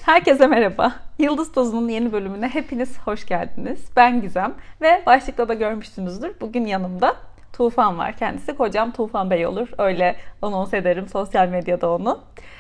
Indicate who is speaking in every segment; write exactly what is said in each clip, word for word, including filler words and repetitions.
Speaker 1: Herkese merhaba. Yıldız Tozu'nun yeni bölümüne hepiniz hoş geldiniz. Ben Gizem ve başlıkta da görmüşsünüzdür. Bugün yanımda Tufan var. Kendisi kocam Tufan Bey olur. Öyle anons ederim sosyal medyada onu.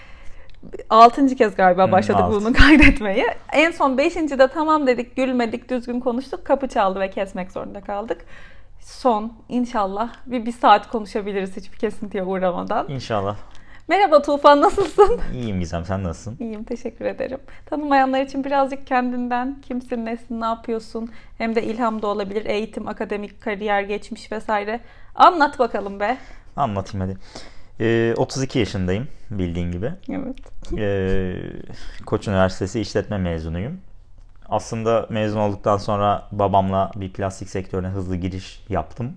Speaker 1: Altıncı kez galiba başladık hmm, bunu kaydetmeyi. En son beşinci de tamam dedik, gülmedik, düzgün konuştuk. Kapı çaldı ve kesmek zorunda kaldık. Son inşallah bir, bir saat konuşabiliriz hiçbir kesintiye uğramadan.
Speaker 2: İnşallah.
Speaker 1: Merhaba Tufan, nasılsın?
Speaker 2: İyiyim Gizem, sen nasılsın?
Speaker 1: İyiyim, teşekkür ederim. Tanımayanlar için birazcık kendinden, kimsin, nesin, ne yapıyorsun? Hem de ilham da olabilir, eğitim, akademik, kariyer, geçmiş vesaire. Anlat bakalım be.
Speaker 2: Anlatayım hadi. Ee, otuz iki yaşındayım bildiğin gibi.
Speaker 1: Evet.
Speaker 2: Ee, Koç Üniversitesi İşletme mezunuyum. Aslında mezun olduktan sonra babamla bir plastik sektörüne hızlı giriş yaptım.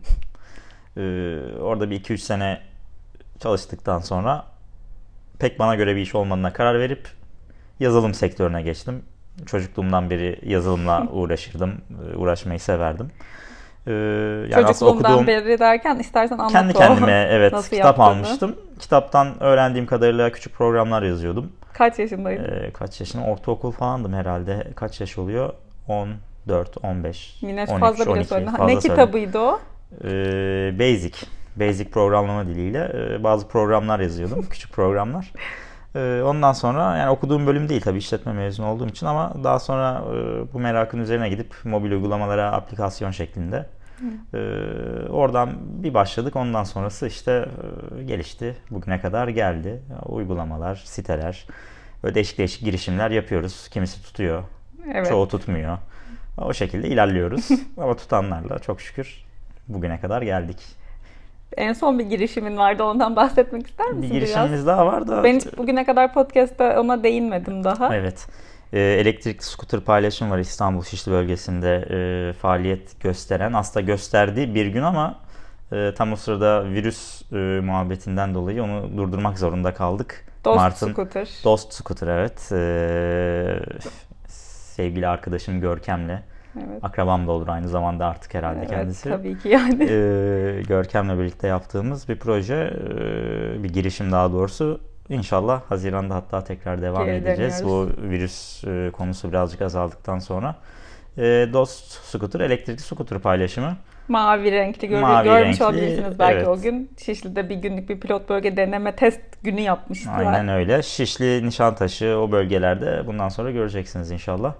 Speaker 2: Ee, orada bir iki üç sene çalıştıktan sonra pek bana göre bir iş olmadığına karar verip yazılım sektörüne geçtim. Çocukluğumdan beri yazılımla uğraşırdım, uğraşmayı severdim.
Speaker 1: Ee, yani Çocukluğumdan okuduğum, beri derken istersen anlat.
Speaker 2: Kendi kendime evet kitap yaptığını. almıştım. Kitaptan öğrendiğim kadarıyla küçük programlar yazıyordum.
Speaker 1: Kaç yaşındaydın?
Speaker 2: Ee, kaç yaşında? Ortaokul falandım herhalde. Kaç yaş oluyor? on dört, on beş,
Speaker 1: Yine
Speaker 2: on üç,
Speaker 1: fazla bile söyledin. Ne kitabıydı o?
Speaker 2: Ee, Basic. Basic programlama diliyle e, bazı programlar yazıyordum. Küçük programlar. E, ondan sonra yani okuduğum bölüm değil tabii, işletme mezunu olduğum için, ama daha sonra e, bu merakın üzerine gidip mobil uygulamalara aplikasyon şeklinde e, oradan bir başladık. Ondan sonrası işte e, gelişti. Bugüne kadar geldi. Uygulamalar, siteler, böyle değişik değişik girişimler yapıyoruz. Kimisi tutuyor. Evet. Çoğu tutmuyor. O şekilde ilerliyoruz. Ama tutanlarla çok şükür bugüne kadar geldik.
Speaker 1: En son bir girişimin vardı, ondan bahsetmek ister misin?
Speaker 2: Bir girişimimiz
Speaker 1: biraz?
Speaker 2: daha var da.
Speaker 1: Ben hiç bugüne kadar podcast'ta ona değinmedim daha.
Speaker 2: Evet. Ee, elektrikli scooter paylaşım var İstanbul Şişli bölgesinde e, faaliyet gösteren. Aslında gösterdiği bir gün ama e, tam o sırada virüs e, muhabbetinden dolayı onu durdurmak zorunda kaldık.
Speaker 1: Dost
Speaker 2: Mart'ın,
Speaker 1: Scooter.
Speaker 2: Dost Scooter evet. Ee, sevgili arkadaşım Görkem'le. Evet. Akrabam da olur aynı zamanda artık herhalde
Speaker 1: evet,
Speaker 2: kendisi.
Speaker 1: Tabii ki yani.
Speaker 2: Ee, Görkem'le birlikte yaptığımız bir proje, bir girişim daha doğrusu. İnşallah Haziran'da hatta tekrar devam
Speaker 1: Geri
Speaker 2: edeceğiz.
Speaker 1: deniyoruz.
Speaker 2: Bu virüs konusu birazcık azaldıktan sonra. Dost Scooter, elektrikli scooter paylaşımı.
Speaker 1: Mavi renkli gör- Mavi görmüş renkli, olabilirsiniz belki evet. O gün. Şişli'de bir günlük bir pilot bölge deneme test günü yapmıştılar.
Speaker 2: Aynen öyle. Şişli, Nişantaşı o bölgelerde bundan sonra göreceksiniz inşallah.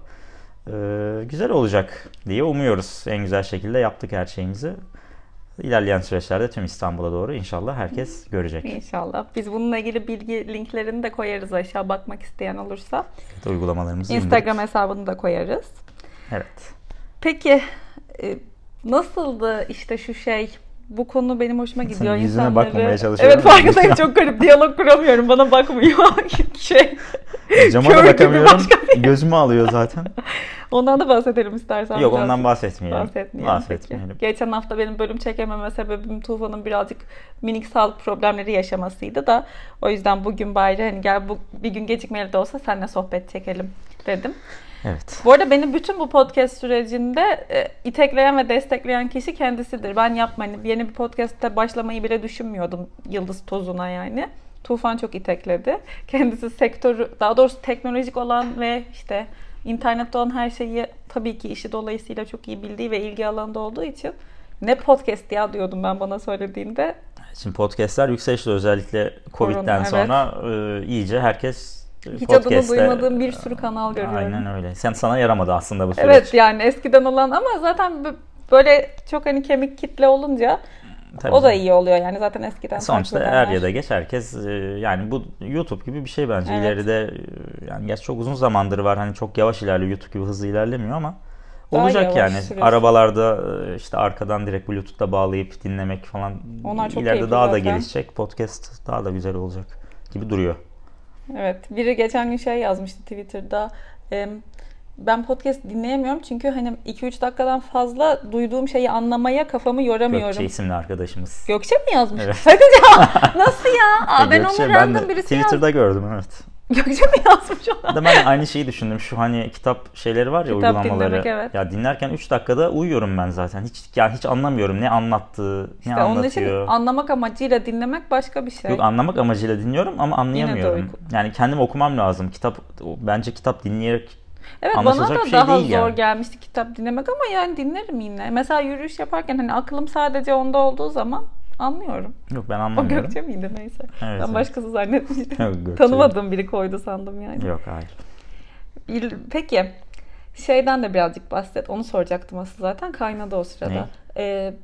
Speaker 2: Ee, güzel olacak diye umuyoruz. En güzel şekilde yaptık her şeyimizi. İlerleyen süreçlerde tüm İstanbul'a doğru inşallah herkes görecek.
Speaker 1: İnşallah. Biz bununla ilgili bilgi linklerini de koyarız aşağı, bakmak isteyen olursa.
Speaker 2: Evet, uygulamalarımızı
Speaker 1: Instagram
Speaker 2: indirip.
Speaker 1: hesabını da koyarız.
Speaker 2: Evet.
Speaker 1: Peki nasıldı işte şu şey? Bu konu benim hoşuma gidiyor.
Speaker 2: Sen yüzüne
Speaker 1: İnsanları...
Speaker 2: bakmamaya çalışıyorum.
Speaker 1: Evet, farkındayım, çok garip. Diyalog kuramıyorum. Bana bakmıyor. şey.
Speaker 2: Cama da bakamıyorum. Gözümü alıyor zaten.
Speaker 1: Ondan da bahsedelim istersen.
Speaker 2: Yok, ondan bahsetmeyelim.
Speaker 1: Bahsetmeyelim.
Speaker 2: bahsetmeyelim.
Speaker 1: Geçen hafta benim bölüm çekememe sebebim Tufan'ın birazcık minik sağlık problemleri yaşamasıydı da. O yüzden bugün bari hani gel bu, bir gün gecikmeli de olsa seninle sohbet çekelim dedim.
Speaker 2: Evet.
Speaker 1: Bu arada beni bütün bu podcast sürecinde e, itekleyen ve destekleyen kişi kendisidir. Ben yapmayın. Yeni bir podcast'te başlamayı bile düşünmüyordum Yıldız Tozu'na yani. Tufan çok itekledi. Kendisi sektörü, daha doğrusu teknolojik olan ve işte internette olan her şeyi tabii ki işi dolayısıyla çok iyi bildiği ve ilgi alanında olduğu için ne podcast ya diyordum ben bana söylediğinde.
Speaker 2: Şimdi podcastler yükselişte, özellikle Covid'den evet. sonra e, iyice herkes
Speaker 1: hiç adını duymadığım bir sürü kanal görüyorum.
Speaker 2: Aynen öyle. Sen sana yaramadı aslında bu süreç.
Speaker 1: Evet, yani eskiden olan ama zaten böyle çok hani kemik kitle olunca tabii o da iyi oluyor yani, zaten eskiden.
Speaker 2: Sonuçta er ya da geç herkes yani bu YouTube gibi bir şey bence. Evet. İleride yani gerçi çok uzun zamandır var, hani çok yavaş ilerliyor, YouTube gibi hızlı ilerlemiyor ama daha olacak yani. Sürüyorsun. Arabalarda işte arkadan direkt Bluetooth'la bağlayıp dinlemek falan ileride daha zaten da gelişecek. Podcast daha da güzel olacak gibi duruyor.
Speaker 1: Evet. Biri geçen gün şey yazmıştı Twitter'da. Ben podcast dinleyemiyorum çünkü hani iki üç dakikadan fazla duyduğum şeyi anlamaya kafamı yoramıyorum.
Speaker 2: Gökçe isimli arkadaşımız.
Speaker 1: Gökçe mi yazmış? Evet. Hadi ya. Nasıl ya? Aa, ben
Speaker 2: Gökçe,
Speaker 1: onu random birisi
Speaker 2: Twitter'da
Speaker 1: yazdım.
Speaker 2: gördüm evet.
Speaker 1: Gökçe mi yazmış ona?
Speaker 2: Da ben aynı şeyi düşündüm. Şu hani kitap şeyleri var ya,
Speaker 1: Kitap
Speaker 2: uygulamaları.
Speaker 1: dinlemek, evet.
Speaker 2: Ya dinlerken üç dakikada uyuyorum ben zaten. Hiç yani hiç anlamıyorum ne anlattığı, ne
Speaker 1: İşte onun için
Speaker 2: anlatıyor.
Speaker 1: anlamak amacıyla dinlemek başka bir şey.
Speaker 2: Yok, anlamak amacıyla dinliyorum ama
Speaker 1: Yine de
Speaker 2: anlayamıyorum.
Speaker 1: uyku.
Speaker 2: Yani kendim okumam lazım. Kitap bence kitap dinleyerek
Speaker 1: Evet, bana
Speaker 2: anlaşılacak
Speaker 1: da
Speaker 2: bir şey
Speaker 1: daha
Speaker 2: değil
Speaker 1: zor
Speaker 2: yani.
Speaker 1: gelmişti kitap dinlemek ama yani dinlerim yine. Mesela yürüyüş yaparken hani aklım sadece onda olduğu zaman anlıyorum.
Speaker 2: Yok, ben
Speaker 1: O
Speaker 2: anlamıyorum.
Speaker 1: Gökçe miydi, neyse.
Speaker 2: Evet,
Speaker 1: Ben
Speaker 2: evet.
Speaker 1: başkası zannetmiştim.
Speaker 2: Yok, Gökçe.
Speaker 1: Tanımadığım biri koydu sandım yani.
Speaker 2: Yok, hayır.
Speaker 1: İl- Peki şeyden de birazcık bahset. Onu soracaktım aslında, zaten kaynadı o sırada.
Speaker 2: Ne?
Speaker 1: Ee,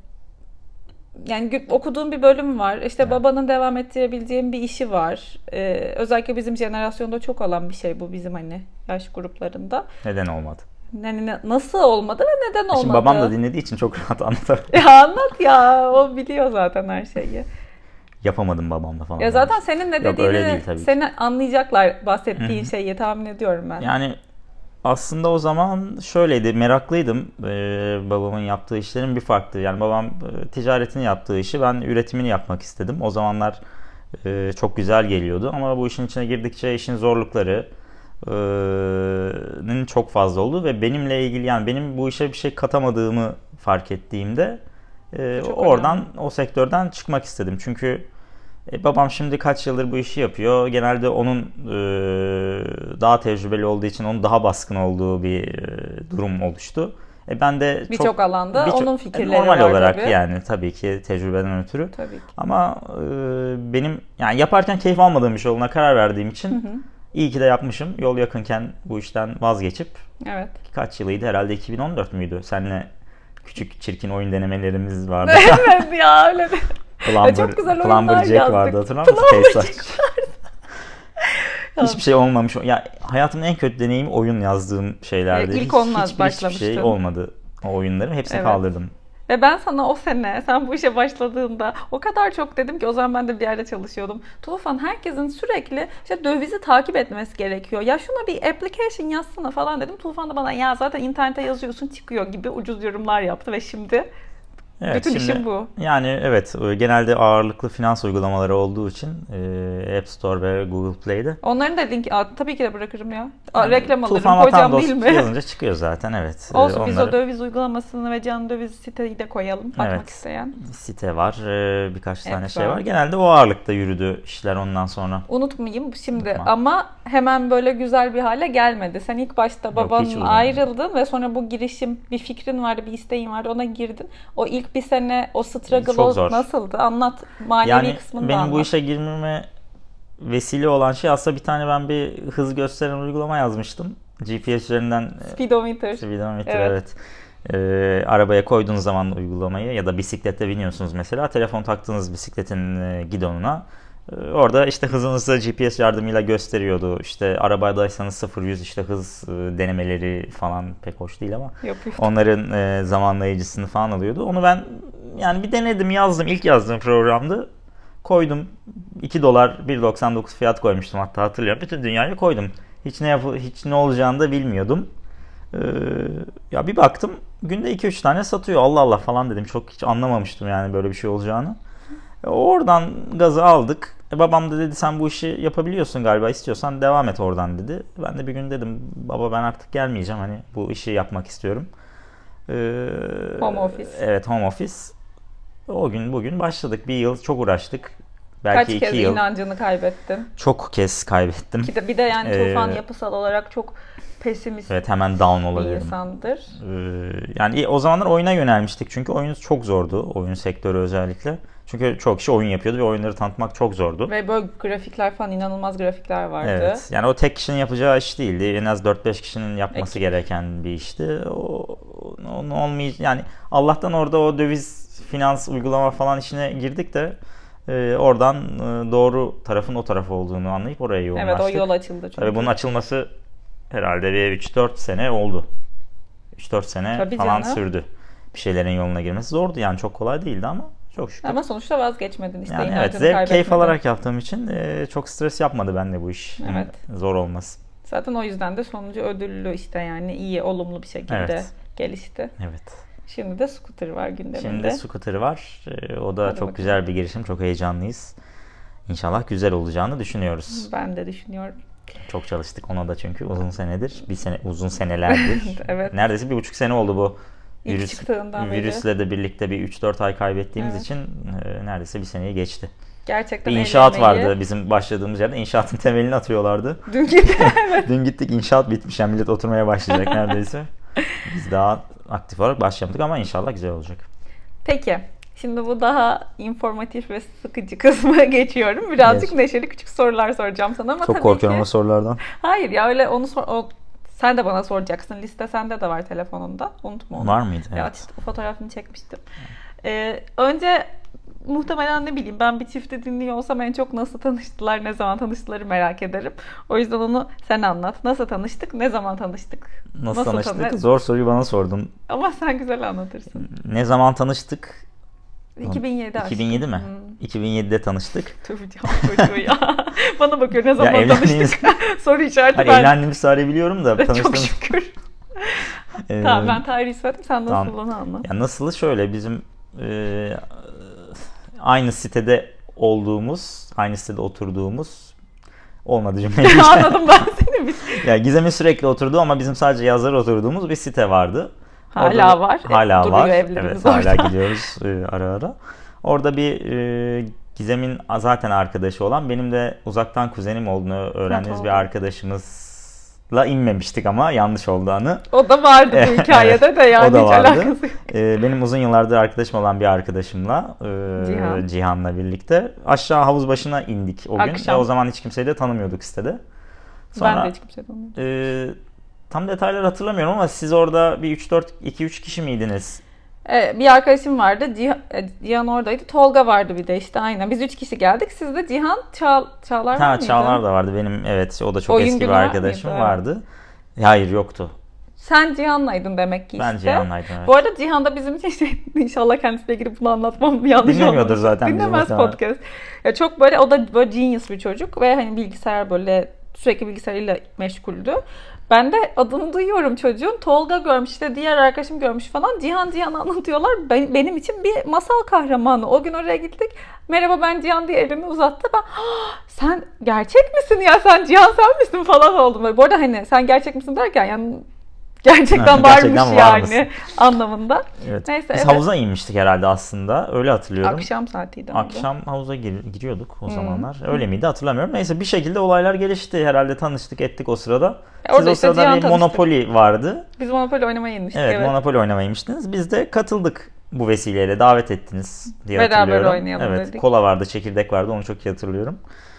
Speaker 1: yani gü- okuduğun bir bölüm var. İşte
Speaker 2: Evet.
Speaker 1: babanın devam ettirebileceğin bir işi var. Ee, özellikle bizim jenerasyonda çok olan bir şey bu, bizim hani yaş gruplarında.
Speaker 2: Neden olmadı?
Speaker 1: Yani ne- nasıl olmadı ve neden olmadı?
Speaker 2: Şimdi babam da dinlediği için çok rahat anlatabilirim.
Speaker 1: Ya anlat ya. O biliyor zaten her şeyi.
Speaker 2: Yapamadım babamla falan.
Speaker 1: Ya zaten senin ne
Speaker 2: Yok, öyle
Speaker 1: dediğini
Speaker 2: değil tabii ki.
Speaker 1: seni anlayacaklar, bahsettiğin şeyi tahmin ediyorum ben.
Speaker 2: Yani aslında o zaman şöyleydi, meraklıydım. Ee, babamın yaptığı işlerin bir farklı. Yani babam e, ticaretini yaptığı işi, ben üretimini yapmak istedim. O zamanlar e, çok güzel geliyordu ama bu işin içine girdikçe işin zorlukları e, nin çok fazla oldu ve benimle ilgili, yani benim bu işe bir şey katamadığımı fark ettiğimde e,
Speaker 1: Çok
Speaker 2: oradan
Speaker 1: önemli.
Speaker 2: o sektörden çıkmak istedim. Çünkü E, babam şimdi kaç yıldır bu işi yapıyor. Genelde onun e, daha tecrübeli olduğu için onun daha baskın olduğu bir e, durum oluştu. E, ben de çok
Speaker 1: Birçok alanda
Speaker 2: birçok-
Speaker 1: onun
Speaker 2: e,
Speaker 1: fikirleri
Speaker 2: normal
Speaker 1: var
Speaker 2: olarak
Speaker 1: tabii.
Speaker 2: yani tabii ki tecrübeden ötürü.
Speaker 1: Tabii ki.
Speaker 2: Ama e, benim yani yaparken keyif almadığım bir şey olduğuna karar verdiğim için iyi ki de yapmışım. Yol yakınken bu işten vazgeçip,
Speaker 1: Evet.
Speaker 2: kaç yılıydı herhalde, iki bin on dört müydü? Seninle küçük çirkin oyun denemelerimiz vardı.
Speaker 1: Evet ya, öyle de.
Speaker 2: Plumber,
Speaker 1: Çok güzel oyunlar
Speaker 2: Plumber Jack
Speaker 1: yazdık.
Speaker 2: vardı, hatırlar mısın?
Speaker 1: Plumber
Speaker 2: Tesla.
Speaker 1: Jack
Speaker 2: Hiçbir şey olmamış. Ya hayatımın en kötü deneyimi oyun yazdığım şeylerdi.
Speaker 1: E, ilk
Speaker 2: Hiç,
Speaker 1: onunla
Speaker 2: hiçbir, hiçbir
Speaker 1: başlamıştın.
Speaker 2: şey olmadı o oyunların. Hepsini
Speaker 1: Evet.
Speaker 2: kaldırdım.
Speaker 1: Ve ben sana o sene, sen bu işe başladığında o kadar çok dedim ki, o zaman ben de bir yerde çalışıyordum. Tufan, herkesin sürekli işte dövizi takip etmesi gerekiyor. Ya şuna bir application yazsana falan dedim. Tufan da bana ya zaten internete yazıyorsun çıkıyor gibi ucuz yorumlar yaptı ve şimdi
Speaker 2: Evet,
Speaker 1: bütün
Speaker 2: şimdi,
Speaker 1: işim bu.
Speaker 2: Yani evet, genelde ağırlıklı finans uygulamaları olduğu için e, App Store ve Google Play'de.
Speaker 1: Onların da linki, Aa, tabii ki de bırakırım ya. Aa,
Speaker 2: Yani
Speaker 1: reklam alırım,
Speaker 2: Tufan
Speaker 1: kocam
Speaker 2: Vatandaş
Speaker 1: değil mi?
Speaker 2: yazınca çıkıyor zaten, evet. E,
Speaker 1: Olsun, biz o
Speaker 2: onları-
Speaker 1: döviz uygulamasını ve can döviz siteyi de koyalım bakmak
Speaker 2: Evet.
Speaker 1: isteyen.
Speaker 2: Site var, e, birkaç tane
Speaker 1: App
Speaker 2: şey
Speaker 1: var.
Speaker 2: var. Genelde o ağırlıkta yürüdü işler ondan sonra.
Speaker 1: Unutmayayım şimdi,
Speaker 2: Unutma.
Speaker 1: ama hemen böyle güzel bir hale gelmedi. Sen ilk başta
Speaker 2: hiç
Speaker 1: babanla
Speaker 2: uygulamam.
Speaker 1: ayrıldın ve sonra bu girişim, bir fikrin vardı, bir isteğin vardı, ona girdin. O ilk bir sene o struggle
Speaker 2: Çok
Speaker 1: o
Speaker 2: zor.
Speaker 1: nasıldı? Anlat, manevi
Speaker 2: Yani
Speaker 1: kısmını da
Speaker 2: benim
Speaker 1: anlat.
Speaker 2: bu işe girmeme vesile olan şey aslında bir tane, ben bir hız gösteren uygulama yazmıştım. G P S üzerinden
Speaker 1: Speedometer.
Speaker 2: Speedometer,
Speaker 1: Evet.
Speaker 2: evet. Ee, arabaya koyduğunuz zaman uygulamayı, ya da bisiklette biniyorsunuz mesela, telefon taktığınız bisikletin e, gidonuna e, orada işte hızınızı G P S yardımıyla gösteriyordu. İşte arabadaysanız sıfır yüz işte hız e, denemeleri falan pek hoş değil ama
Speaker 1: Yapıyor.
Speaker 2: onların e, zamanlayıcısını falan alıyordu. Onu ben yani bir denedim, yazdım. İlk yazdığım programdı. Koydum. iki dolar bir doksan dokuz fiyat koymuştum, hatta hatırlıyorum. Bütün dünyaya koydum. Hiç ne yapı hiç ne olacağını da bilmiyordum. Ee, ya bir baktım günde iki üç tane satıyor. Allah Allah falan dedim. Çok hiç anlamamıştım yani böyle bir şey olacağını. E, oradan gazı aldık. E, babam da dedi sen bu işi yapabiliyorsun galiba, istiyorsan devam et oradan dedi. Ben de bir gün dedim baba ben artık gelmeyeceğim, hani bu işi yapmak istiyorum. Ee,
Speaker 1: Home office.
Speaker 2: Evet, home office. O gün bugün başladık. Bir yıl çok uğraştık. Belki
Speaker 1: Kaç
Speaker 2: iki
Speaker 1: kez
Speaker 2: yıl.
Speaker 1: inancını kaybettin?
Speaker 2: Çok kez kaybettim.
Speaker 1: Bir de, bir de yani
Speaker 2: Ee,
Speaker 1: Tufan yapısal olarak çok pesimist
Speaker 2: Evet, hemen down
Speaker 1: bir
Speaker 2: olabilirim.
Speaker 1: insandır.
Speaker 2: Ee, yani o zamanlar oyuna yönelmiştik çünkü oyun çok zordu. Oyun sektörü özellikle. Çünkü çok kişi oyun yapıyordu ve oyunları tanıtmak çok zordu.
Speaker 1: Ve böyle grafikler falan, inanılmaz grafikler vardı.
Speaker 2: Evet. Yani o tek kişinin yapacağı iş değildi. En az dört beş kişinin yapması
Speaker 1: Ekip.
Speaker 2: gereken bir işti. O onun olmayacak. Yani Allah'tan orada o döviz finans uygulama falan işine girdik de e, oradan e, doğru tarafın o tarafı olduğunu anlayıp oraya yoğunlaştık.
Speaker 1: Evet, o yol açıldı çünkü.
Speaker 2: Tabii bunun açılması herhalde bir üç dört sene oldu. üç dört sene
Speaker 1: Tabii
Speaker 2: falan
Speaker 1: canım.
Speaker 2: sürdü. Bir şeylerin yoluna girmesi zordu yani, çok kolay değildi ama çok şükür.
Speaker 1: Ama sonuçta vazgeçmedin işte,
Speaker 2: Yani evet,
Speaker 1: inancını
Speaker 2: zevk,
Speaker 1: kaybetmedin.
Speaker 2: keyif alarak yaptığım için e, çok stres yapmadı bende bu iş.
Speaker 1: Evet.
Speaker 2: Zor olması.
Speaker 1: Zaten o yüzden de sonucu ödüllü işte, yani iyi, olumlu bir şekilde
Speaker 2: Evet.
Speaker 1: gelişti.
Speaker 2: Evet.
Speaker 1: Şimdi de scooter var gündeminde.
Speaker 2: Şimdi de scooter var. E, o da
Speaker 1: Hadi
Speaker 2: çok
Speaker 1: bakalım.
Speaker 2: güzel bir girişim. Çok heyecanlıyız. İnşallah güzel olacağını düşünüyoruz.
Speaker 1: Ben de düşünüyorum.
Speaker 2: Çok çalıştık ona da çünkü uzun senedir. Bir sene uzun senelerdir.
Speaker 1: Evet.
Speaker 2: Neredeyse bir buçuk sene oldu bu.
Speaker 1: İlk
Speaker 2: Virüs,
Speaker 1: çıktığından beri.
Speaker 2: virüsle de birlikte bir üç dört ay kaybettiğimiz
Speaker 1: Evet.
Speaker 2: için e, neredeyse bir seneyi geçti.
Speaker 1: Gerçekten
Speaker 2: Bir
Speaker 1: el
Speaker 2: inşaat
Speaker 1: emeği.
Speaker 2: vardı bizim başladığımız yerde. İnşaatın temelini atıyorlardı.
Speaker 1: Dün gibi. Evet.
Speaker 2: Dün gittik, inşaat bitmiş. Yani millet oturmaya başlayacak neredeyse. Biz daha aktif olarak başlamadık ama inşallah güzel olacak.
Speaker 1: Peki. Şimdi bu daha informatif ve sıkıcı kısmına geçiyorum. Birazcık
Speaker 2: Geç.
Speaker 1: neşeli küçük sorular soracağım sana ama
Speaker 2: Çok
Speaker 1: tabii
Speaker 2: korkuyorum
Speaker 1: ki...
Speaker 2: o sorulardan.
Speaker 1: Hayır ya öyle onu sor... O... Sen de bana soracaksın. Liste sende de var telefonunda. Unutma onu.
Speaker 2: Var mıydı?
Speaker 1: Ya
Speaker 2: Evet.
Speaker 1: işte fotoğrafını çekmiştim. Ee, önce muhtemelen ne bileyim ben bir çifti dinliyor olsam en çok nasıl tanıştılar, ne zaman tanıştıları merak ederim. O yüzden onu sen anlat. Nasıl tanıştık, ne zaman tanıştık?
Speaker 2: Nasıl,
Speaker 1: Nasıl
Speaker 2: tanıştık?
Speaker 1: tanı-
Speaker 2: Zor soruyu bana sordun.
Speaker 1: Ama sen güzel anlatırsın.
Speaker 2: Ne zaman tanıştık?
Speaker 1: iki bin yedi aşkım.
Speaker 2: iki bin yedi mi?
Speaker 1: Hmm.
Speaker 2: iki bin yedide tanıştık.
Speaker 1: Tabii canım çocuğu ya. Bana bakıyor ne zaman
Speaker 2: evlendiğimiz-
Speaker 1: tanıştık. Soru işareti
Speaker 2: Hani
Speaker 1: ben.
Speaker 2: evlendiğimiz tarihi biliyorum da
Speaker 1: Çok
Speaker 2: tanıştığımız...
Speaker 1: şükür.
Speaker 2: Ee,
Speaker 1: Tamam ben tarihi söyledim sen nasıl
Speaker 2: tamam.
Speaker 1: onu anlat.
Speaker 2: Ya nasıl şöyle bizim e, aynı sitede olduğumuz, aynı sitede oturduğumuz olmadı cümle.
Speaker 1: Anladım ben seni. Biz...
Speaker 2: Ya Gizem'in sürekli oturduğu ama bizim sadece yazları oturduğumuz bir site vardı.
Speaker 1: Hala
Speaker 2: Orada,
Speaker 1: var.
Speaker 2: Hala
Speaker 1: Duruyor
Speaker 2: var.
Speaker 1: evlerimiz
Speaker 2: Evet, hala
Speaker 1: orada.
Speaker 2: gidiyoruz e, ara ara. Orada bir e, Gizem'in zaten arkadaşı olan benim de uzaktan kuzenim olduğunu öğrendiğimiz
Speaker 1: Evet,
Speaker 2: bir
Speaker 1: oldu.
Speaker 2: arkadaşımızla inmemiştik ama yanlış oldu anı.
Speaker 1: O da vardı bu hikayede de yani
Speaker 2: O da
Speaker 1: hiç
Speaker 2: vardı.
Speaker 1: alakası yok.
Speaker 2: Ee, benim uzun yıllardır arkadaşım olan bir arkadaşımla e,
Speaker 1: Cihan.
Speaker 2: Cihan'la birlikte aşağı havuz başına indik o gün.
Speaker 1: Akşam.
Speaker 2: Ve o zaman hiç kimseyi de tanımıyorduk sitede. Sonra,
Speaker 1: Ben de hiç kimse tanımıyorum.
Speaker 2: e, tam detayları hatırlamıyorum ama siz orada bir üç dört iki üç kişi miydiniz?
Speaker 1: Ee, bir arkadaşım vardı. Cihan, e, Cihan oradaydı. Tolga vardı bir de işte aynen. Biz üç kişi geldik. Siz de Cihan, Çağ, Çağlar var
Speaker 2: Ha,
Speaker 1: mıydı?
Speaker 2: Çağlar da vardı benim, evet, o da çok
Speaker 1: Oyun
Speaker 2: eski bir
Speaker 1: günü var
Speaker 2: arkadaşım
Speaker 1: mıydı?
Speaker 2: vardı. Hayır, yoktu.
Speaker 1: Sen Cihan'laydın demek ki işte.
Speaker 2: Ben Cihan'laydım, evet.
Speaker 1: Bu arada Cihan da bizim için şey, inşallah kendisiyle ilgili bunu anlatmam yanlış
Speaker 2: Dinlemiyordur
Speaker 1: olmasın.
Speaker 2: zaten bizi
Speaker 1: Dinlemez
Speaker 2: muhtemelen.
Speaker 1: podcast. Ya çok böyle o da böyle genius bir çocuk ve hani bilgisayar böyle sürekli bilgisayarıyla meşguldü. Ben de adını duyuyorum çocuğun. Tolga görmüş işte diğer arkadaşım görmüş falan. Cihan Cihan anlatıyorlar. Ben, benim için bir masal kahramanı. O gün oraya gittik. Merhaba ben Cihan diye elini uzattı. Ben "Ah, sen gerçek misin ya sen Cihan sen misin falan oldum. Böyle. Bu arada hani sen gerçek misin derken yani gerçekten
Speaker 2: Ha,
Speaker 1: varmış
Speaker 2: gerçekten var
Speaker 1: yani
Speaker 2: mısın?
Speaker 1: anlamında.
Speaker 2: Evet.
Speaker 1: Neyse,
Speaker 2: Biz
Speaker 1: evet.
Speaker 2: havuza inmiştik herhalde aslında. Öyle hatırlıyorum.
Speaker 1: Akşam saatiydi. ama bu.
Speaker 2: Akşam havuza gir- giriyorduk o
Speaker 1: Hmm.
Speaker 2: zamanlar. Öyle miydi hatırlamıyorum. Neyse bir şekilde olaylar gelişti. Herhalde tanıştık ettik o sırada.
Speaker 1: E,
Speaker 2: Siz
Speaker 1: orada
Speaker 2: o
Speaker 1: işte
Speaker 2: sırada
Speaker 1: Cihan
Speaker 2: bir
Speaker 1: tanıştık.
Speaker 2: Monopoly vardı.
Speaker 1: Biz Monopoly oynamaya inmiştik.
Speaker 2: Evet,
Speaker 1: Evet.
Speaker 2: Monopoly oynamaya inmiştiniz. Biz de katıldık bu vesileyle. Davet ettiniz diye
Speaker 1: Beraber
Speaker 2: hatırlıyorum.
Speaker 1: oynayalım
Speaker 2: evet,
Speaker 1: dedik.
Speaker 2: kola vardı, çekirdek vardı. Onu çok iyi hatırlıyorum.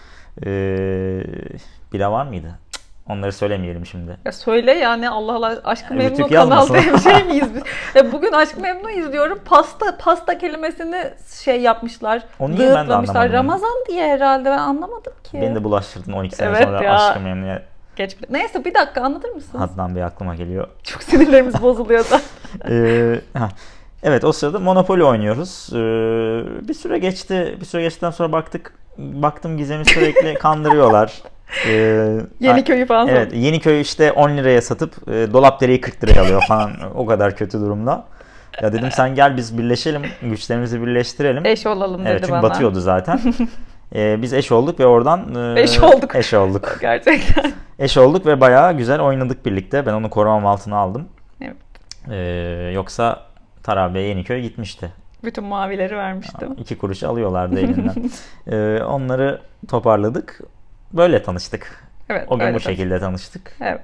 Speaker 2: Ee, bira var mıydı? Cık, onları söylemeyelim şimdi.
Speaker 1: Ya söyle yani Allah Allah Aşk-ı
Speaker 2: Yani
Speaker 1: Memnu
Speaker 2: Rütük
Speaker 1: kanal
Speaker 2: yazmasın.
Speaker 1: diye bir şey miyiz biz? Ya bugün Aşk-ı Memnu izliyorum. Pasta pasta kelimesini şey yapmışlar.
Speaker 2: O niye ben de
Speaker 1: gığıtlamışlar.
Speaker 2: anlamadım.
Speaker 1: Ramazan diye herhalde ben anlamadım ki.
Speaker 2: Beni de bulaştırdın on iki sene
Speaker 1: Evet
Speaker 2: sonra
Speaker 1: ya.
Speaker 2: Aşk-ı Memnu'ya.
Speaker 1: Geç bir... Neyse bir dakika anlatır mısınız?
Speaker 2: Adnan Bey aklıma geliyor.
Speaker 1: Çok sinirlerimiz bozuluyor da.
Speaker 2: Ee, ha. Evet, o sırada Monopoly oynuyoruz. Ee, bir süre geçti. Bir süre geçtikten sonra baktık. Baktım Gizem'i sürekli kandırıyorlar. Ee,
Speaker 1: Yeniköy'ü falan
Speaker 2: Evet,
Speaker 1: sordum.
Speaker 2: Yeniköy işte on liraya satıp e, Dolapdere'yi kırk liraya alıyor falan. O kadar kötü durumda. Ya dedim sen gel biz birleşelim. Güçlerimizi birleştirelim.
Speaker 1: Eş olalım dedi
Speaker 2: Evet, çünkü
Speaker 1: bana.
Speaker 2: batıyordu zaten. Ee, biz eş olduk ve oradan e,
Speaker 1: Eş olduk.
Speaker 2: Eş olduk.
Speaker 1: Gerçekten.
Speaker 2: Eş olduk ve bayağı güzel oynadık birlikte. Ben onu korumam altına aldım.
Speaker 1: Evet.
Speaker 2: Ee, yoksa Tarar Bey Yeniköy gitmişti.
Speaker 1: Bütün mavileri vermiştim.
Speaker 2: İki kuruş alıyorlardı elinden. ee, onları toparladık. Böyle tanıştık.
Speaker 1: Evet.
Speaker 2: O gün
Speaker 1: öyle
Speaker 2: bu
Speaker 1: de.
Speaker 2: şekilde tanıştık.
Speaker 1: Evet.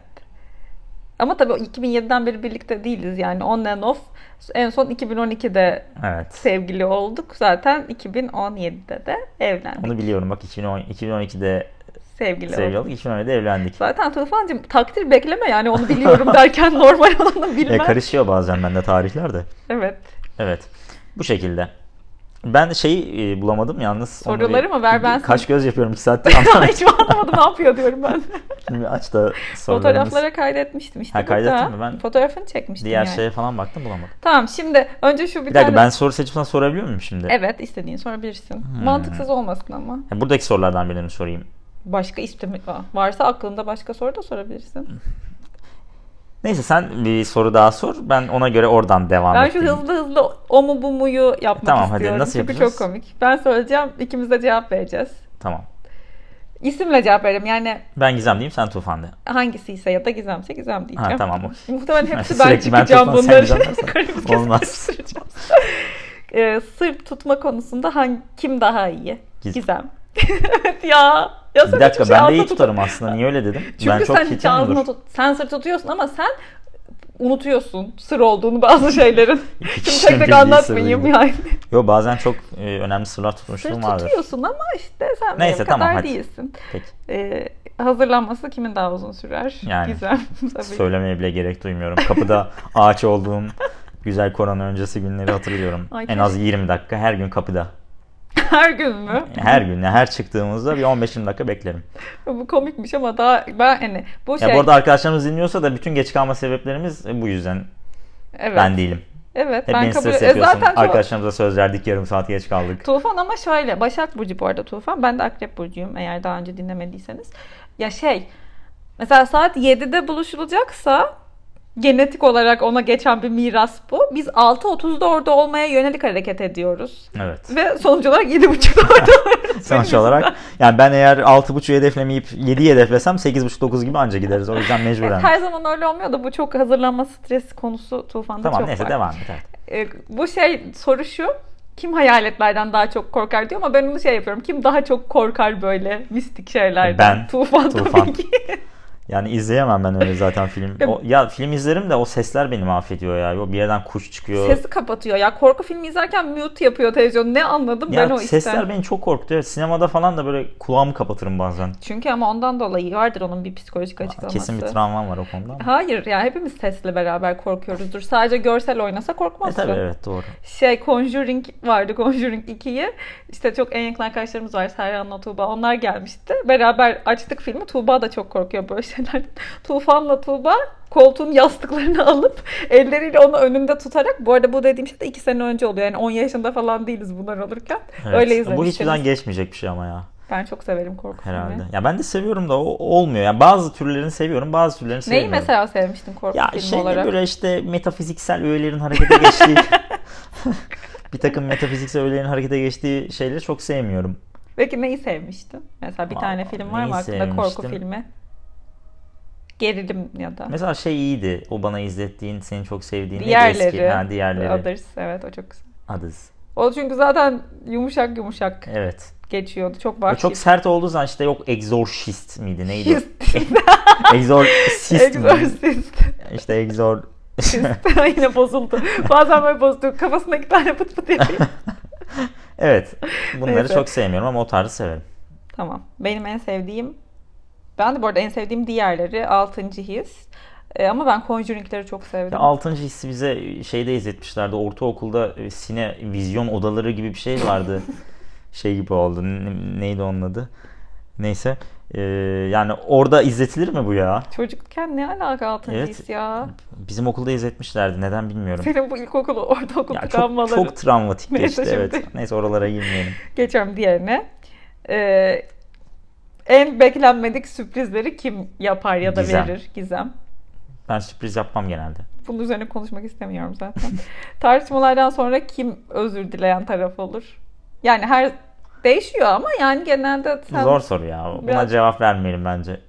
Speaker 1: Ama tabii iki bin yediden beri birlikte değiliz yani on and off. En son iki bin on ikide
Speaker 2: Evet.
Speaker 1: sevgili olduk. Zaten iki bin on yedide de evlendik.
Speaker 2: Onu biliyorum. Bak iki bin on, iki bin on ikide
Speaker 1: Sevgili,
Speaker 2: sevgili
Speaker 1: olduk.
Speaker 2: olduk. iki bin on yedide evlendik.
Speaker 1: Zaten Tufancığım takdir bekleme yani onu biliyorum derken normal olanı bilmem.
Speaker 2: Ya karışıyor bazen bende tarihler de.
Speaker 1: Evet.
Speaker 2: Evet. Bu şekilde. Ben şeyi e, bulamadım yalnız. Onu
Speaker 1: Soruları
Speaker 2: bir-
Speaker 1: mı? Ver ben
Speaker 2: bir Kaş
Speaker 1: sana.
Speaker 2: göz yapıyorum iki saattir anlamadım.
Speaker 1: Hiç anlamadım ne yapıyor diyorum ben.
Speaker 2: Şimdi bir aç da sorularımız.
Speaker 1: Fotoğraflara kaydetmiştim işte.
Speaker 2: Ha, kaydettin
Speaker 1: burada.
Speaker 2: mi? Ben
Speaker 1: Fotoğrafını çekmiştim
Speaker 2: Diğer
Speaker 1: yani.
Speaker 2: şeye falan baktım bulamadım.
Speaker 1: Tamam şimdi önce şu bir,
Speaker 2: Bir dakika
Speaker 1: tane...
Speaker 2: ben soru seçip sana sorabiliyor muyum şimdi?
Speaker 1: Evet istediğin sorabilirsin.
Speaker 2: Hmm.
Speaker 1: Mantıksız olmasın ama.
Speaker 2: Ha, buradaki sorulardan birini sorayım.
Speaker 1: Başka istemi varsa aklında başka soru da sorabilirsin.
Speaker 2: Neyse sen bir soru daha sor. Ben ona göre oradan devam
Speaker 1: Ben şu
Speaker 2: edeyim.
Speaker 1: hızlı hızlı o mu bu muyu yapmak
Speaker 2: Tamam, hadi,
Speaker 1: istiyorum.
Speaker 2: nasıl
Speaker 1: Çünkü
Speaker 2: yapacağız?
Speaker 1: çok komik. Ben söyleyeceğim ikimiz de cevap vereceğiz.
Speaker 2: Tamam.
Speaker 1: İsimle cevap verelim. Yani
Speaker 2: Ben Gizem diyeyim, sen Tufan de.
Speaker 1: hangisiyse ya da Gizemse Gizem diyeceğim.
Speaker 2: Ha tamam.
Speaker 1: Muhtemelen hepsi
Speaker 2: Sürekli
Speaker 1: ben çıkacağım
Speaker 2: ben Tufan,
Speaker 1: bunları.
Speaker 2: sen Gizem dersen olmaz.
Speaker 1: Ee, sır tutma konusunda hangi, kim daha iyi?
Speaker 2: Giz-
Speaker 1: Gizem. Evet ya. Ya
Speaker 2: Bir
Speaker 1: sen
Speaker 2: dakika,
Speaker 1: hiçbir şey
Speaker 2: ben de iyi
Speaker 1: ağzına
Speaker 2: tutarım aslında. Niye öyle dedim?
Speaker 1: Çünkü
Speaker 2: ben çok
Speaker 1: sen hiç ağzına
Speaker 2: hitimdir.
Speaker 1: tut. Sen sır tutuyorsun ama sen unutuyorsun sır olduğunu bazı şeylerin. Şimdi
Speaker 2: kişinin
Speaker 1: tek tek
Speaker 2: bildiği
Speaker 1: anlatmayayım
Speaker 2: sırrıydı.
Speaker 1: yani.
Speaker 2: Yo, bazen çok e, önemli sırlar
Speaker 1: Sır
Speaker 2: tutmuşluğum vardır.
Speaker 1: tutuyorsun ama işte sen
Speaker 2: Neyse,
Speaker 1: benim
Speaker 2: tamam,
Speaker 1: kadar
Speaker 2: hadi.
Speaker 1: değilsin.
Speaker 2: Peki.
Speaker 1: Ee, hazırlanması kimin daha uzun sürer?
Speaker 2: Yani.
Speaker 1: Gizem. Tabii.
Speaker 2: Söylemeye bile gerek duymuyorum. Kapıda ağaç olduğum güzel korona öncesi günleri hatırlıyorum.
Speaker 1: Ay,
Speaker 2: en az yirmi dakika her gün kapıda.
Speaker 1: Her gün mü?
Speaker 2: Her gün, her çıktığımızda bir on beş yirmi dakika beklerim.
Speaker 1: Bu komikmiş ama daha ben hani bu
Speaker 2: Ya
Speaker 1: şey.
Speaker 2: bu arada arkadaşlarımız dinliyorsa da bütün geç kalma sebeplerimiz bu yüzden.
Speaker 1: Evet.
Speaker 2: Ben değilim.
Speaker 1: Evet,
Speaker 2: Hep
Speaker 1: ben
Speaker 2: beni
Speaker 1: kabul
Speaker 2: stres
Speaker 1: e,
Speaker 2: yapıyorsun.
Speaker 1: zaten çok-
Speaker 2: Arkadaşlarımıza söz verdik, yarım saat geç kaldık.
Speaker 1: Tufan ama şöyle. Başak Burcu bu arada Tufan. Ben de Akrep Burcu'yum eğer daha önce dinlemediyseniz. Ya şey. Mesela saat yedide buluşulacaksa genetik olarak ona geçen bir miras bu. Biz altı otuzda orada olmaya yönelik hareket ediyoruz.
Speaker 2: Evet.
Speaker 1: Ve sonuç olarak yedi buçukta orada oluyoruz.
Speaker 2: Sonuç olarak yani ben eğer altı buçuğu hedeflemeyip yediyi hedeflesem sekiz buçuk dokuz gibi anca gideriz. O yüzden mecburen.
Speaker 1: Her zaman öyle olmuyor da bu çok hazırlanma stresi konusu Tufan'da
Speaker 2: Tamam,
Speaker 1: çok
Speaker 2: neyse
Speaker 1: var.
Speaker 2: devam et. Hadi.
Speaker 1: E, bu şey soru şu. Kim hayaletlerden daha çok korkar diyor ama ben onu şey yapıyorum. Kim daha çok korkar böyle mistik şeylerden?
Speaker 2: Ben.
Speaker 1: Tufan,
Speaker 2: Tufan.
Speaker 1: tabii ki.
Speaker 2: Yani izleyemem ben öyle zaten film. O, ya film izlerim de o sesler beni mahvediyor ya. O bir yerden kuş çıkıyor.
Speaker 1: Sesi kapatıyor ya. Korku filmi izlerken mute yapıyor televizyon. Ne anladım
Speaker 2: Ya
Speaker 1: ben o
Speaker 2: sesler
Speaker 1: işten.
Speaker 2: beni çok korkutuyor. Sinemada falan da böyle kulağımı kapatırım bazen.
Speaker 1: Çünkü ama ondan dolayı vardır onun bir psikolojik açıklaması.
Speaker 2: Kesin bir travmam var o konuda. Ama.
Speaker 1: Hayır ya hepimiz sesle beraber korkuyoruzdur. Sadece görsel oynasa
Speaker 2: E
Speaker 1: korkmazsın.
Speaker 2: tabii, evet, doğru.
Speaker 1: Şey Conjuring vardı, Conjuring ikiyi. İşte çok en yakın arkadaşlarımız var, Serhan'la Tuğba. Onlar gelmişti. Beraber açtık filmi. Tuğba da çok korkuyor böyle şeylerden. Tufan'la Tuğba koltuğun yastıklarını alıp elleriyle onu önünde tutarak, bu arada bu dediğim şey de iki sene önce oluyor. Yani on yaşında falan değiliz bunlar olurken.
Speaker 2: Evet.
Speaker 1: Öyle izlemişsiniz.
Speaker 2: Bu hiçbir zaman geçmeyecek bir şey ama ya.
Speaker 1: Ben çok severim korku
Speaker 2: Herhalde.
Speaker 1: filmi.
Speaker 2: Ya ben de seviyorum da o olmuyor. Yani bazı türlerini seviyorum, bazı türlerini
Speaker 1: Neyi
Speaker 2: sevmiyorum.
Speaker 1: mesela sevmiştin korku
Speaker 2: Ya
Speaker 1: filmi
Speaker 2: şey
Speaker 1: olarak?
Speaker 2: böyle işte metafiziksel öğelerin harekete geçtiği bir takım metafiziksel öğelerin harekete geçtiği şeyleri çok sevmiyorum.
Speaker 1: Peki neyi sevmiştin? Mesela bir
Speaker 2: Aa,
Speaker 1: tane film var
Speaker 2: neyi
Speaker 1: mı aklında korku
Speaker 2: sevmiştim?
Speaker 1: filmi? Gerilim ya da.
Speaker 2: Mesela şey iyiydi. O bana izlettiğin, senin çok sevdiğin. neydi
Speaker 1: Diğerleri.
Speaker 2: Eski? Ha, diğerleri.
Speaker 1: Others. Evet o çok güzel.
Speaker 2: Others.
Speaker 1: O çünkü zaten yumuşak yumuşak
Speaker 2: Evet.
Speaker 1: geçiyordu. Çok
Speaker 2: O
Speaker 1: vahşi.
Speaker 2: çok sert olduğu zaman işte yok Exorcist miydi? Neydi?
Speaker 1: Hist.
Speaker 2: o? Exorcist mi?
Speaker 1: Exorcist.
Speaker 2: İşte Exor...
Speaker 1: Yine bozuldu. Bazen böyle bozdu. Kafasına iki tane pıt pıt yapayım.
Speaker 2: Evet. Bunları
Speaker 1: Neyse.
Speaker 2: çok sevmiyorum ama o tarzı severim.
Speaker 1: Tamam. Benim en sevdiğim, ben de bu arada en sevdiğim diğerleri Altıncı His. E, ama ben Conjuring'leri çok sevdim.
Speaker 2: Ya altıncı hissi bize şeyde izletmişlerdi. Ortaokulda e, sine vizyon odaları gibi bir şey vardı. Şey gibi oldu. Ne- neydi onun adı? Neyse. Ee, yani orada izletilir mi bu ya?
Speaker 1: Çocukken ne alaka Altıncı
Speaker 2: Evet.
Speaker 1: His ya?
Speaker 2: Bizim okulda izletmişlerdi. Neden bilmiyorum.
Speaker 1: Senin bu ilkokulu, ortaokul
Speaker 2: Ya çok,
Speaker 1: tıkanmaları.
Speaker 2: çok travmatik
Speaker 1: Neyse
Speaker 2: geçti.
Speaker 1: şimdi.
Speaker 2: Evet. Neyse oralara girmeyelim.
Speaker 1: Geçiyorum diğerine. Ee, en beklenmedik sürprizleri kim yapar ya da
Speaker 2: Gizem.
Speaker 1: verir? Gizem.
Speaker 2: Ben sürpriz yapmam genelde.
Speaker 1: Bunun üzerine konuşmak istemiyorum zaten. Tartışmalardan sonra kim özür dileyen taraf olur? Yani her değişiyor ama yani genelde sen...
Speaker 2: Zor soru ya. Buna
Speaker 1: Biraz-
Speaker 2: cevap vermeyelim bence.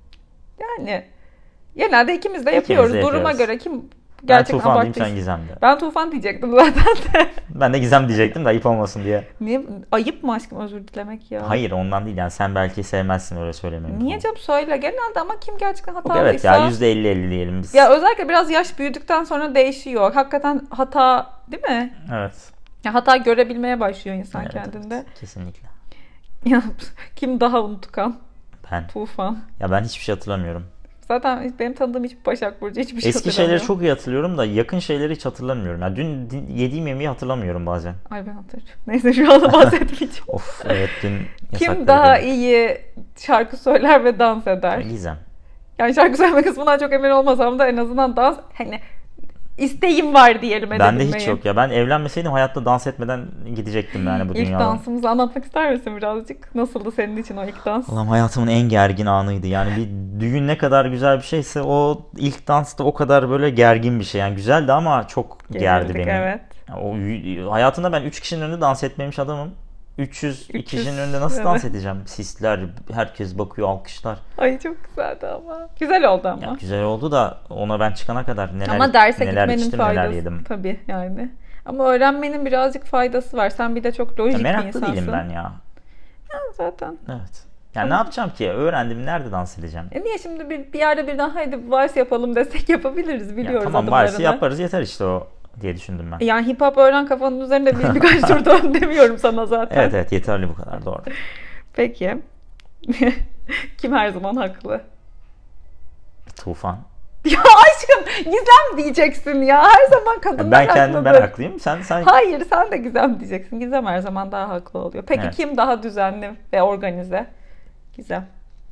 Speaker 1: Yani genelde ikimiz de
Speaker 2: İkimiz de
Speaker 1: yapıyoruz. Duruma
Speaker 2: yapıyoruz.
Speaker 1: göre kim
Speaker 2: Ben
Speaker 1: gerçekten
Speaker 2: Tufan diyeyim,
Speaker 1: abarttıysa.
Speaker 2: sen Gizem de.
Speaker 1: Ben Tufan diyecektim zaten de.
Speaker 2: Ben de Gizem diyecektim de ayıp olmasın diye.
Speaker 1: Niye? Ayıp mı aşkım özür dilemek ya?
Speaker 2: Hayır, ondan değil yani, sen belki sevmezsin öyle söylemeyi.
Speaker 1: Niye canım söyle. Genelde ama kim gerçekten
Speaker 2: Yok,
Speaker 1: hatalıysa...
Speaker 2: evet ya, yüzde elli elli diyelim biz.
Speaker 1: Ya özellikle biraz yaş büyüdükten sonra değişiyor. Hakikaten hata değil mi?
Speaker 2: Evet.
Speaker 1: Ya hata görebilmeye başlıyor insan
Speaker 2: Evet,
Speaker 1: kendinde.
Speaker 2: evet, kesinlikle.
Speaker 1: Ya kim daha unutkan?
Speaker 2: Ben.
Speaker 1: Tufan.
Speaker 2: Ya ben hiçbir şey hatırlamıyorum.
Speaker 1: Zaten benim tanıdığım hiçbir Başak Burcu hiçbir şey
Speaker 2: Eski şeyleri
Speaker 1: hatırlamıyorum.
Speaker 2: çok iyi hatırlıyorum da yakın şeyleri hiç hatırlamıyorum. Ya dün din- yediğim yemeği hatırlamıyorum bazen.
Speaker 1: Ay ben hatırlıyorum. Neyse şu anda bahsetmeyeceğim.
Speaker 2: Of evet, dün yasakları
Speaker 1: Kim daha
Speaker 2: dedim.
Speaker 1: iyi şarkı söyler ve dans eder?
Speaker 2: Gizem.
Speaker 1: Yani şarkı söyleme kısmından çok emin olmasam da en azından dans, hani isteğim var diyelim
Speaker 2: Bende hiç
Speaker 1: edebilmeyi.
Speaker 2: yok ya. Ben evlenmeseydim hayatta dans etmeden gidecektim yani bu
Speaker 1: İlk
Speaker 2: dünyadan.
Speaker 1: dansımızı anlatmak ister misin birazcık? Nasıldı senin için o ilk dans?
Speaker 2: Allah'ım, hayatımın en gergin anıydı. Yani bir düğün ne kadar güzel bir şeyse o ilk dans da o kadar böyle gergin bir şey. Yani güzeldi ama çok gerdi
Speaker 1: Gerildik,
Speaker 2: beni.
Speaker 1: evet.
Speaker 2: O hayatımda ben üç kişinin önünde dans etmemiş adamım. üç yüz
Speaker 1: üç yüz,
Speaker 2: kişinin önünde nasıl
Speaker 1: evet.
Speaker 2: dans edeceğim? Sisler, herkes bakıyor, alkışlar.
Speaker 1: Ay çok güzeldi ama. Güzel oldu ama.
Speaker 2: Ya güzel oldu da ona ben çıkana kadar neler
Speaker 1: Ama derse
Speaker 2: neler
Speaker 1: gitmenin
Speaker 2: içtim, neler
Speaker 1: faydası
Speaker 2: yedim.
Speaker 1: tabii yani. Ama öğrenmenin birazcık faydası var. Sen bir de çok
Speaker 2: Ya
Speaker 1: lojik bir
Speaker 2: meraklı
Speaker 1: insansın.
Speaker 2: değilim ben ya.
Speaker 1: Ha, zaten.
Speaker 2: Evet. Yani
Speaker 1: Ama-
Speaker 2: ne yapacağım ki? Öğrendim, nerede dans edeceğim?
Speaker 1: E niye şimdi bir, bir yerde birden haydi vals yapalım desek yapabiliriz, biliyoruz
Speaker 2: Ya tamam,
Speaker 1: adımlarını.
Speaker 2: valsi yaparız yeter işte o diye düşündüm ben.
Speaker 1: Yani hip hop öğren kafanın üzerinde bir, birkaç tur dön demiyorum sana zaten.
Speaker 2: Evet evet, yeterli bu kadar, doğru.
Speaker 1: Peki. Kim her zaman haklı?
Speaker 2: Tufan.
Speaker 1: Ya aşkım Gizem diyeceksin ya. Her zaman kadınlar
Speaker 2: Ben kendim ben
Speaker 1: haklıdır.
Speaker 2: haklıyım. Sen sen
Speaker 1: Hayır, sen de Gizem diyeceksin. Gizem her zaman daha haklı oluyor. Peki
Speaker 2: Evet.
Speaker 1: kim daha düzenli ve organize? Gizem.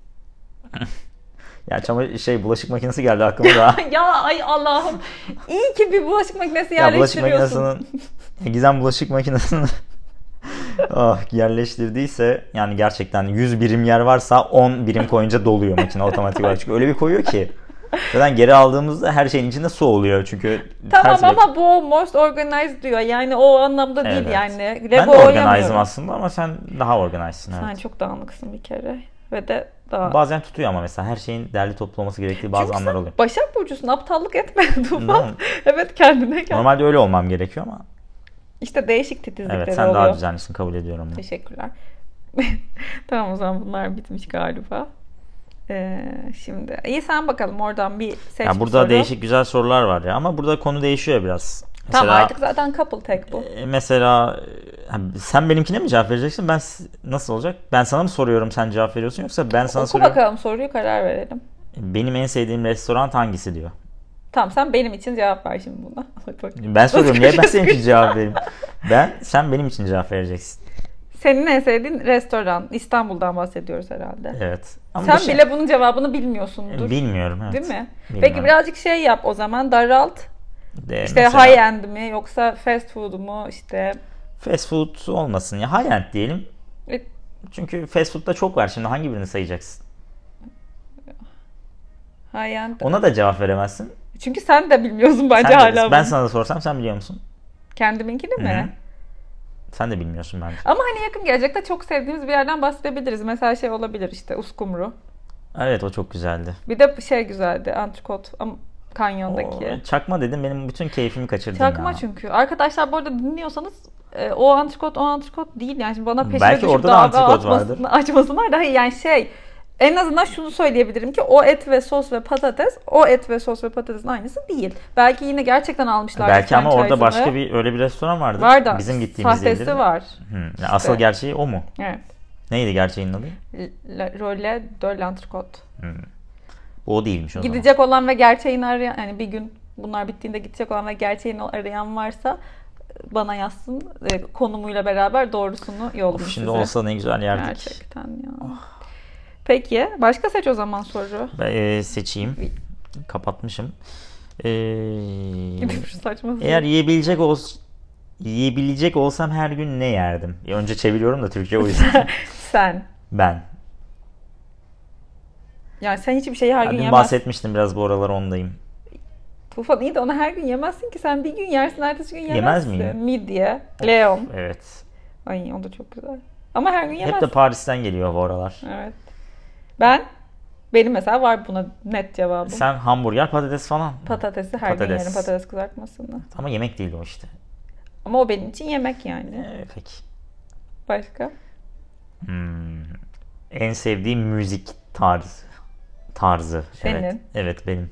Speaker 2: ya çamaşır şey bulaşık makinesi geldi aklıma da.
Speaker 1: Ya ay Allah'ım. İyi ki bir bulaşık makinesi
Speaker 2: ya bulaşık
Speaker 1: yerleştiriyorsun.
Speaker 2: makinesinin Gizem bulaşık makinesini ah, yerleştirdiyse yani gerçekten yüz birim yer varsa on birim koyunca doluyor makine otomatik olarak. Çünkü öyle bir koyuyor ki. Zaten geri aldığımızda her şeyin içinde su oluyor çünkü.
Speaker 1: Tamam
Speaker 2: ters
Speaker 1: ama bu most organized diyor. Yani o anlamda değil
Speaker 2: Evet.
Speaker 1: yani.
Speaker 2: Ben de
Speaker 1: Lego
Speaker 2: organize'ım
Speaker 1: oynamıyorum.
Speaker 2: aslında ama sen daha organize'sın. Evet.
Speaker 1: Sen çok dağınıksın bir kere. Ve de daha...
Speaker 2: Bazen tutuyor ama mesela her şeyin derli toplu olması gerektiği bazı
Speaker 1: Çünkü
Speaker 2: anlar
Speaker 1: sen
Speaker 2: oluyor.
Speaker 1: Başak Burcu'sun. Aptallık etme Tufan.
Speaker 2: No.
Speaker 1: Evet, kendine gel.
Speaker 2: Normalde öyle olmam gerekiyor ama.
Speaker 1: İşte değişik titizlikleri
Speaker 2: Evet, sen
Speaker 1: oluyor.
Speaker 2: daha düzenlisin, kabul ediyorum. bunu.
Speaker 1: Teşekkürler. Tamam, o zaman bunlar bitmiş galiba. Ee, şimdi iyi, sen bakalım oradan bir seç
Speaker 2: Ya
Speaker 1: bir
Speaker 2: burada
Speaker 1: soru.
Speaker 2: değişik güzel sorular var ya ama burada konu değişiyor biraz.
Speaker 1: Tamam,
Speaker 2: Mesela,
Speaker 1: artık zaten couple tek bu.
Speaker 2: e, Mesela e, sen benimkine mi cevap vereceksin? Ben s- nasıl olacak? Ben sana mı soruyorum, sen cevap veriyorsun, yoksa ben sana
Speaker 1: Oku
Speaker 2: soruyorum.
Speaker 1: bakalım soruyu, karar verelim.
Speaker 2: Benim en sevdiğim restoran hangisi diyor.
Speaker 1: Tamam, sen benim için cevap ver şimdi buna. Bak bak.
Speaker 2: Ben soruyorum, niye ben
Speaker 1: Nasıl
Speaker 2: senin için
Speaker 1: kışkırtma?
Speaker 2: cevap vereyim? Ben sen benim için cevap vereceksin.
Speaker 1: Senin en sevdiğin restoran. İstanbul'dan bahsediyoruz herhalde.
Speaker 2: Evet. Ama
Speaker 1: Sen
Speaker 2: bu şey-
Speaker 1: bile bunun cevabını bilmiyorsundur.
Speaker 2: bilmiyorum, evet.
Speaker 1: Değil mi?
Speaker 2: Bilmiyorum.
Speaker 1: Peki birazcık şey yap o zaman, daralt.
Speaker 2: De
Speaker 1: İşte
Speaker 2: mesela
Speaker 1: high end mi yoksa fast food mu, işte
Speaker 2: fast food olmasın ya, high end diyelim.
Speaker 1: e,
Speaker 2: Çünkü fast food'da çok var, şimdi hangi birini sayacaksın?
Speaker 1: high end.
Speaker 2: Ona da cevap veremezsin.
Speaker 1: Çünkü sen de bilmiyorsun bence
Speaker 2: Sen de-
Speaker 1: hala
Speaker 2: ben
Speaker 1: bunu.
Speaker 2: sana da sorsam sen biliyor musun?
Speaker 1: Kendiminkini mi?
Speaker 2: Hı-hı. Sen de bilmiyorsun bence.
Speaker 1: Ama hani yakın gelecekte çok sevdiğimiz bir yerden bahsedebiliriz. Mesela şey olabilir, işte Uskumru.
Speaker 2: Evet, o çok güzeldi.
Speaker 1: Bir de şey güzeldi, Antrikot am-
Speaker 2: O,
Speaker 1: Kanyon'daki.
Speaker 2: çakma dedim, benim bütün keyfimi kaçırdın
Speaker 1: Çakma
Speaker 2: ya.
Speaker 1: çünkü. Arkadaşlar bu arada dinliyorsanız e, o antrikot o antrikot değil yani. Şimdi bana peşine
Speaker 2: Belki
Speaker 1: düşüp
Speaker 2: orada da
Speaker 1: dalga
Speaker 2: antrikot
Speaker 1: atmasın, açmasınlar da hayır yani şey, en azından şunu söyleyebilirim ki o et ve sos ve patates o et ve sos ve patatesin aynısı değil. Belki yine gerçekten almışlar.
Speaker 2: Belki ama orada başka bir öyle bir restoran vardı.
Speaker 1: var da
Speaker 2: Bizim gittiğimiz
Speaker 1: sahtesi
Speaker 2: yerleri.
Speaker 1: var.
Speaker 2: Hı. Yani asıl gerçeği o mu?
Speaker 1: Evet.
Speaker 2: Neydi gerçeğinin adı?
Speaker 1: Le, Role de l'antrikot.
Speaker 2: Hı. O değilmiş o zaman.
Speaker 1: Gidecek olan ve gerçeğini arayan, yani bir gün bunlar bittiğinde gidecek olan ve gerçeğini arayan varsa bana yazsın. E, konumuyla beraber doğrusunu yollayayım
Speaker 2: Şimdi
Speaker 1: size.
Speaker 2: olsa ne güzel yerdik.
Speaker 1: Gerçekten ya. Peki başka seç o zaman soru.
Speaker 2: Ben e, seçeyim. Kapatmışım. Ee,
Speaker 1: Gidip şu saçma
Speaker 2: eğer yiyebilecek ols yiyebilecek olsam her gün ne yerdim? Ya önce çeviriyorum da Türkçe, o yüzden.
Speaker 1: Sen.
Speaker 2: Ben.
Speaker 1: Yani sen hiçbir şeyi her
Speaker 2: Ya
Speaker 1: gün
Speaker 2: dün
Speaker 1: yemezsin.
Speaker 2: bahsetmiştim biraz, bu aralar ondayım.
Speaker 1: Tufan iyi de onu her gün yemezsin ki. Sen bir gün yersin, ertesi gün yemezsin.
Speaker 2: Yemez miyim?
Speaker 1: Midye, Leon.
Speaker 2: Evet.
Speaker 1: Ay o da çok güzel. Ama her gün
Speaker 2: Hep
Speaker 1: yemezsin.
Speaker 2: de Paris'ten geliyor bu aralar.
Speaker 1: Evet. Ben, benim mesela var buna net cevabım.
Speaker 2: Sen hamburger, patates falan.
Speaker 1: Patatesi her gün
Speaker 2: Patates.
Speaker 1: yerim, patates kızartmasını.
Speaker 2: Ama yemek değil o işte.
Speaker 1: Ama o benim için yemek yani.
Speaker 2: Ee, peki.
Speaker 1: Başka?
Speaker 2: Hmm. En sevdiğim müzik tarzı. Tarzı.
Speaker 1: Senin.
Speaker 2: Evet. Evet, benim.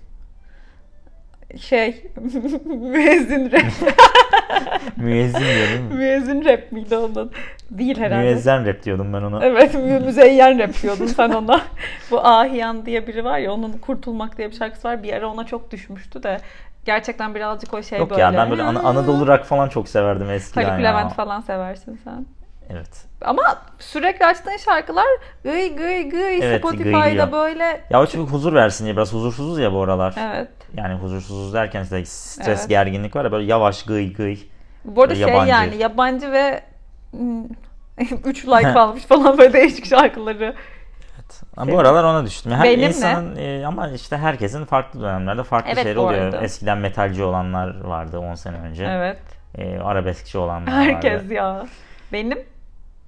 Speaker 1: Şey, müezzin rap.
Speaker 2: Müezzin diyorum.
Speaker 1: Müezzin rap miydi onun? Değil herhalde.
Speaker 2: Müezzen rap diyordum ben ona.
Speaker 1: Evet, mü- müzeyyen rap diyordun sen ona. Bu Ahiyan diye biri var ya, onun Kurtulmak diye bir şarkısı var. Bir ara ona çok düşmüştü de. Gerçekten birazcık o şey
Speaker 2: Yok
Speaker 1: böyle.
Speaker 2: ya, ben böyle An- Anadolu rock falan çok severdim eskiden
Speaker 1: Haluk
Speaker 2: ya.
Speaker 1: Levent falan seversin sen.
Speaker 2: Evet.
Speaker 1: Ama sürekli açtığın şarkılar gıy gıy gıy
Speaker 2: Evet,
Speaker 1: Spotify'da
Speaker 2: gıylıyor.
Speaker 1: böyle.
Speaker 2: Ya o çünkü huzur versin diye, biraz huzursuzuz ya bu aralar.
Speaker 1: Evet.
Speaker 2: Yani huzursuzuz derken işte stres,
Speaker 1: Evet.
Speaker 2: gerginlik var ya, böyle yavaş gıy gıy.
Speaker 1: Bu arada
Speaker 2: Böyle
Speaker 1: şey
Speaker 2: yabancı.
Speaker 1: yani yabancı ve üç like almış falan böyle değişik şarkıları.
Speaker 2: Ama
Speaker 1: Senin.
Speaker 2: bu aralar ona düştüm. Her
Speaker 1: Benim mi?
Speaker 2: insanın e, ama işte herkesin farklı dönemlerde farklı
Speaker 1: Evet,
Speaker 2: şeyler
Speaker 1: bu
Speaker 2: oluyor.
Speaker 1: arada.
Speaker 2: Eskiden metalci olanlar vardı on sene önce.
Speaker 1: Evet.
Speaker 2: E, arabeskçi olanlar
Speaker 1: Herkes
Speaker 2: vardı.
Speaker 1: ya. Benim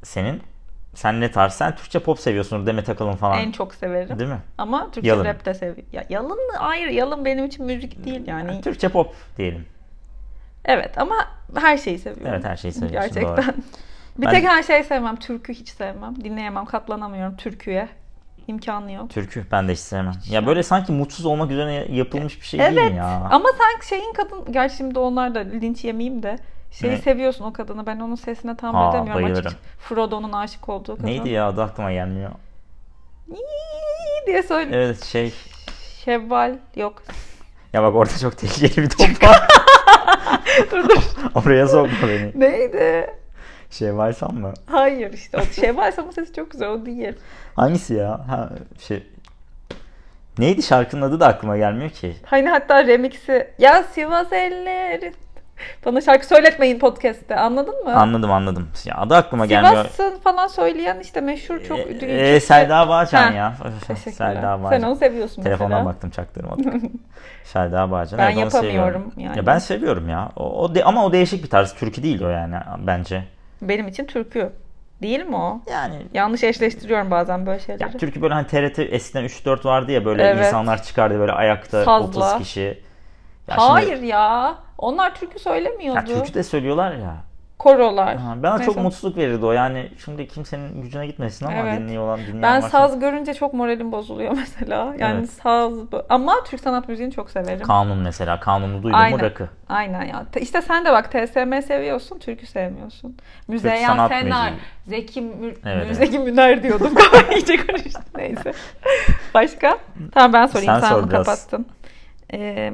Speaker 2: senin sen ne tarz? Sen Türkçe pop seviyorsun. Demet Akalın falan.
Speaker 1: En çok severim.
Speaker 2: Değil mi?
Speaker 1: Ama Türkçe
Speaker 2: Yalın.
Speaker 1: rap de seviyorum. Ya, Yalın ayrı. Yalın benim için müzik değil yani.
Speaker 2: yani Türkçe pop diyelim.
Speaker 1: Evet ama her şeyi seviyorum.
Speaker 2: Evet, her şeyi seviyorsun.
Speaker 1: Gerçekten.
Speaker 2: Doğru.
Speaker 1: Bir
Speaker 2: Ben-
Speaker 1: tek her şeyi sevmem. Türkü hiç sevmem. Dinleyemem. Katlanamıyorum türküye. İmkanı yok.
Speaker 2: Türkü ben de hiç sevmem.
Speaker 1: Hiç
Speaker 2: Ya
Speaker 1: ya.
Speaker 2: böyle sanki mutsuz olmak üzerine yapılmış bir şey değil
Speaker 1: Evet.
Speaker 2: mi ya?
Speaker 1: Ama sen şeyin kadın... Gerçi şimdi onlar da linç yemeyeyim de. Şeyi
Speaker 2: Ne?
Speaker 1: seviyorsun o kadını. Ben onun sesine tahammül
Speaker 2: Aa,
Speaker 1: edemiyorum
Speaker 2: bayılırım.
Speaker 1: açıkçası. Frodo'nun aşık olduğu kadın.
Speaker 2: Neydi ya, adı aklıma gelmiyor.
Speaker 1: İyi diye söyle.
Speaker 2: Evet şey.
Speaker 1: Şevval yok.
Speaker 2: Ya bak, orada çok tehlikeli bir top var.
Speaker 1: dur dur.
Speaker 2: Oraya sokma beni.
Speaker 1: Neydi?
Speaker 2: Şevval Sam mı?
Speaker 1: Hayır işte. O Şevval Sam'ın sesi çok güzel. O değil.
Speaker 2: Hangisi ya? Ha, şey. Neydi şarkının adı da aklıma gelmiyor ki.
Speaker 1: Hani hatta remix'i. Ya Sivas elleri. Bana şarkı söyletmeyin podcast'te. Anladın mı?
Speaker 2: Anladım anladım. Ya adı aklıma gelmiyor.
Speaker 1: Sivas'ın falan söyleyen işte meşhur çok
Speaker 2: Ee,
Speaker 1: ünlü.
Speaker 2: e, Selda Bağcan
Speaker 1: Ha.
Speaker 2: ya.
Speaker 1: Teşekkürler.
Speaker 2: Selda Bağcan.
Speaker 1: Sen onu seviyorsun
Speaker 2: Telefondan
Speaker 1: mesela.
Speaker 2: baktım, çaktırmadım. Selda Bağcan.
Speaker 1: Ben
Speaker 2: Evet, onu
Speaker 1: yapamıyorum
Speaker 2: seviyorum.
Speaker 1: yani.
Speaker 2: Ya ben seviyorum ya. O, o de, ama o değişik bir tarz. Türkü değil o yani bence.
Speaker 1: Benim için türkü. Değil mi o?
Speaker 2: Yani
Speaker 1: Yanlış eşleştiriyorum bazen böyle şeyleri.
Speaker 2: ya türkü böyle hani T R T eskiden üç dört vardı ya, böyle
Speaker 1: Evet.
Speaker 2: insanlar çıkardı böyle ayakta
Speaker 1: Sazla.
Speaker 2: otuz kişi. Ya
Speaker 1: Hayır
Speaker 2: şimdi,
Speaker 1: ya. Onlar türkü söylemiyordu.
Speaker 2: ya türkü de söylüyorlar ya.
Speaker 1: Korolar.
Speaker 2: Ha, bana çok
Speaker 1: Neyse.
Speaker 2: mutsuzluk verirdi o yani. Şimdi kimsenin gücüne gitmesin ama
Speaker 1: Evet.
Speaker 2: dinliyor olan dinleyen
Speaker 1: Ben
Speaker 2: varsa.
Speaker 1: saz görünce çok moralim bozuluyor mesela. Yani
Speaker 2: Evet.
Speaker 1: saz... Ama Türk sanat müziğini çok severim.
Speaker 2: Kanun mesela. Kanunu duydun
Speaker 1: Aynen.
Speaker 2: mu rakı.
Speaker 1: Aynen ya. Te- İşte sen de bak T S M seviyorsun, türkü sevmiyorsun. Müzeyyen
Speaker 2: sanat
Speaker 1: Senar,
Speaker 2: müziği.
Speaker 1: Zeki, Mü-
Speaker 2: Evet, evet.
Speaker 1: Zeki Müner diyordum. Kafam iyice karıştı. Neyse. Başka? Tamam ben sorayım.
Speaker 2: Sen
Speaker 1: Sen,
Speaker 2: sor
Speaker 1: bunu
Speaker 2: biraz.
Speaker 1: kapattın. Ee,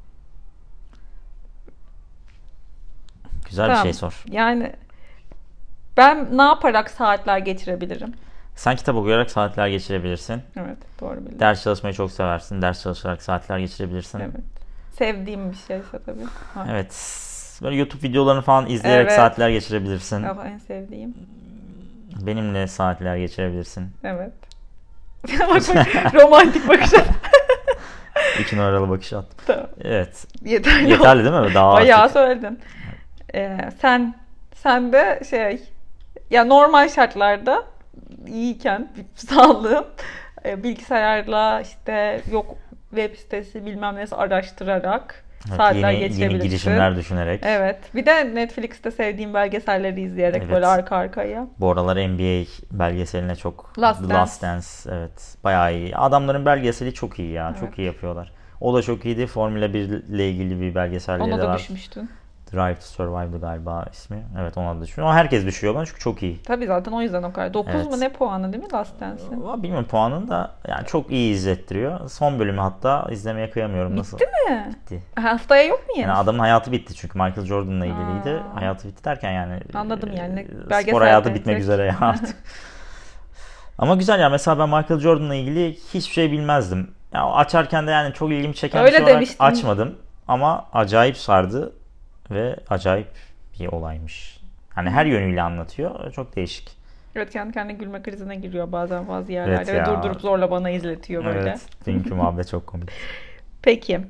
Speaker 2: Güzel
Speaker 1: tamam.
Speaker 2: bir şey sor.
Speaker 1: Yani ben ne yaparak saatler geçirebilirim?
Speaker 2: Sen kitap okuyarak saatler geçirebilirsin.
Speaker 1: Evet, doğru bildin.
Speaker 2: Ders çalışmayı çok seversin. Ders çalışarak saatler geçirebilirsin.
Speaker 1: Evet. Sevdiğim bir şeyse tabii. Ha.
Speaker 2: Evet. Böyle YouTube videolarını falan izleyerek
Speaker 1: Evet.
Speaker 2: saatler geçirebilirsin.
Speaker 1: Ah, en sevdiğim.
Speaker 2: Benimle saatler geçirebilirsin.
Speaker 1: Evet. bak bak romantik bakış.
Speaker 2: İki numaralı bakış at.
Speaker 1: Tamam.
Speaker 2: Evet.
Speaker 1: Yeterli.
Speaker 2: Yeterli değil mi? Daha
Speaker 1: Bayağı
Speaker 2: artık.
Speaker 1: söyledin. Ee, sen sen de şey ya normal şartlarda iyiyken sağlığım e, bilgisayarla işte yok web sitesi bilmem nesi araştırarak
Speaker 2: Evet,
Speaker 1: saatler
Speaker 2: yeni, yeni
Speaker 1: geçirebilirsin.
Speaker 2: girişimler düşünerek.
Speaker 1: Evet. Bir de Netflix'te sevdiğim belgeselleri izleyerek
Speaker 2: Evet.
Speaker 1: böyle arka arkaya.
Speaker 2: Bu aralar N B A belgeseline çok
Speaker 1: Last
Speaker 2: The
Speaker 1: Dance.
Speaker 2: Last Dance, evet, bayağı iyi. Adamların belgeseli çok iyi ya.
Speaker 1: Evet.
Speaker 2: Çok iyi yapıyorlar. O da çok iyiydi. Formula bir ile ilgili bir belgeselleri
Speaker 1: Ona
Speaker 2: de
Speaker 1: da
Speaker 2: var.
Speaker 1: düşmüştün.
Speaker 2: Drive to Survive'dı galiba ismi. Evet, ona da düşüyor. Ama herkes düşüyor bana çünkü çok iyi.
Speaker 1: Tabii zaten o yüzden o kadar. dokuz
Speaker 2: Evet.
Speaker 1: mu ne puanı değil mi Last Dance'in?
Speaker 2: Ama bilmiyorum, puanını da yani çok iyi izlettiriyor. Son bölümü hatta izlemeye kıyamıyorum. Nasıl?
Speaker 1: Bitti mi?
Speaker 2: Bitti.
Speaker 1: Haftaya yok mu yeni?
Speaker 2: Yani adamın hayatı bitti çünkü Michael Jordan'la ilgiliydi.
Speaker 1: Aa.
Speaker 2: Hayatı bitti derken yani.
Speaker 1: Anladım yani.
Speaker 2: e,
Speaker 1: Belgesel
Speaker 2: Spor hayatı
Speaker 1: denecek.
Speaker 2: bitmek üzere ya artık. Ama güzel ya, mesela ben Michael Jordan'la ilgili hiçbir şey bilmezdim. Ya açarken de yani çok ilgimi çeken
Speaker 1: Öyle
Speaker 2: bir şey olarak
Speaker 1: demiştin.
Speaker 2: açmadım. Ama acayip sardı ve acayip bir olaymış. Hani her yönüyle anlatıyor. Çok değişik.
Speaker 1: Evet, kendi kendine gülme krizine giriyor bazen bazı yerlerde
Speaker 2: Evet
Speaker 1: ve
Speaker 2: ya.
Speaker 1: durdurup zorla bana izletiyor böyle.
Speaker 2: Evet. Dünkü muhabbet çok komik.
Speaker 1: Peki.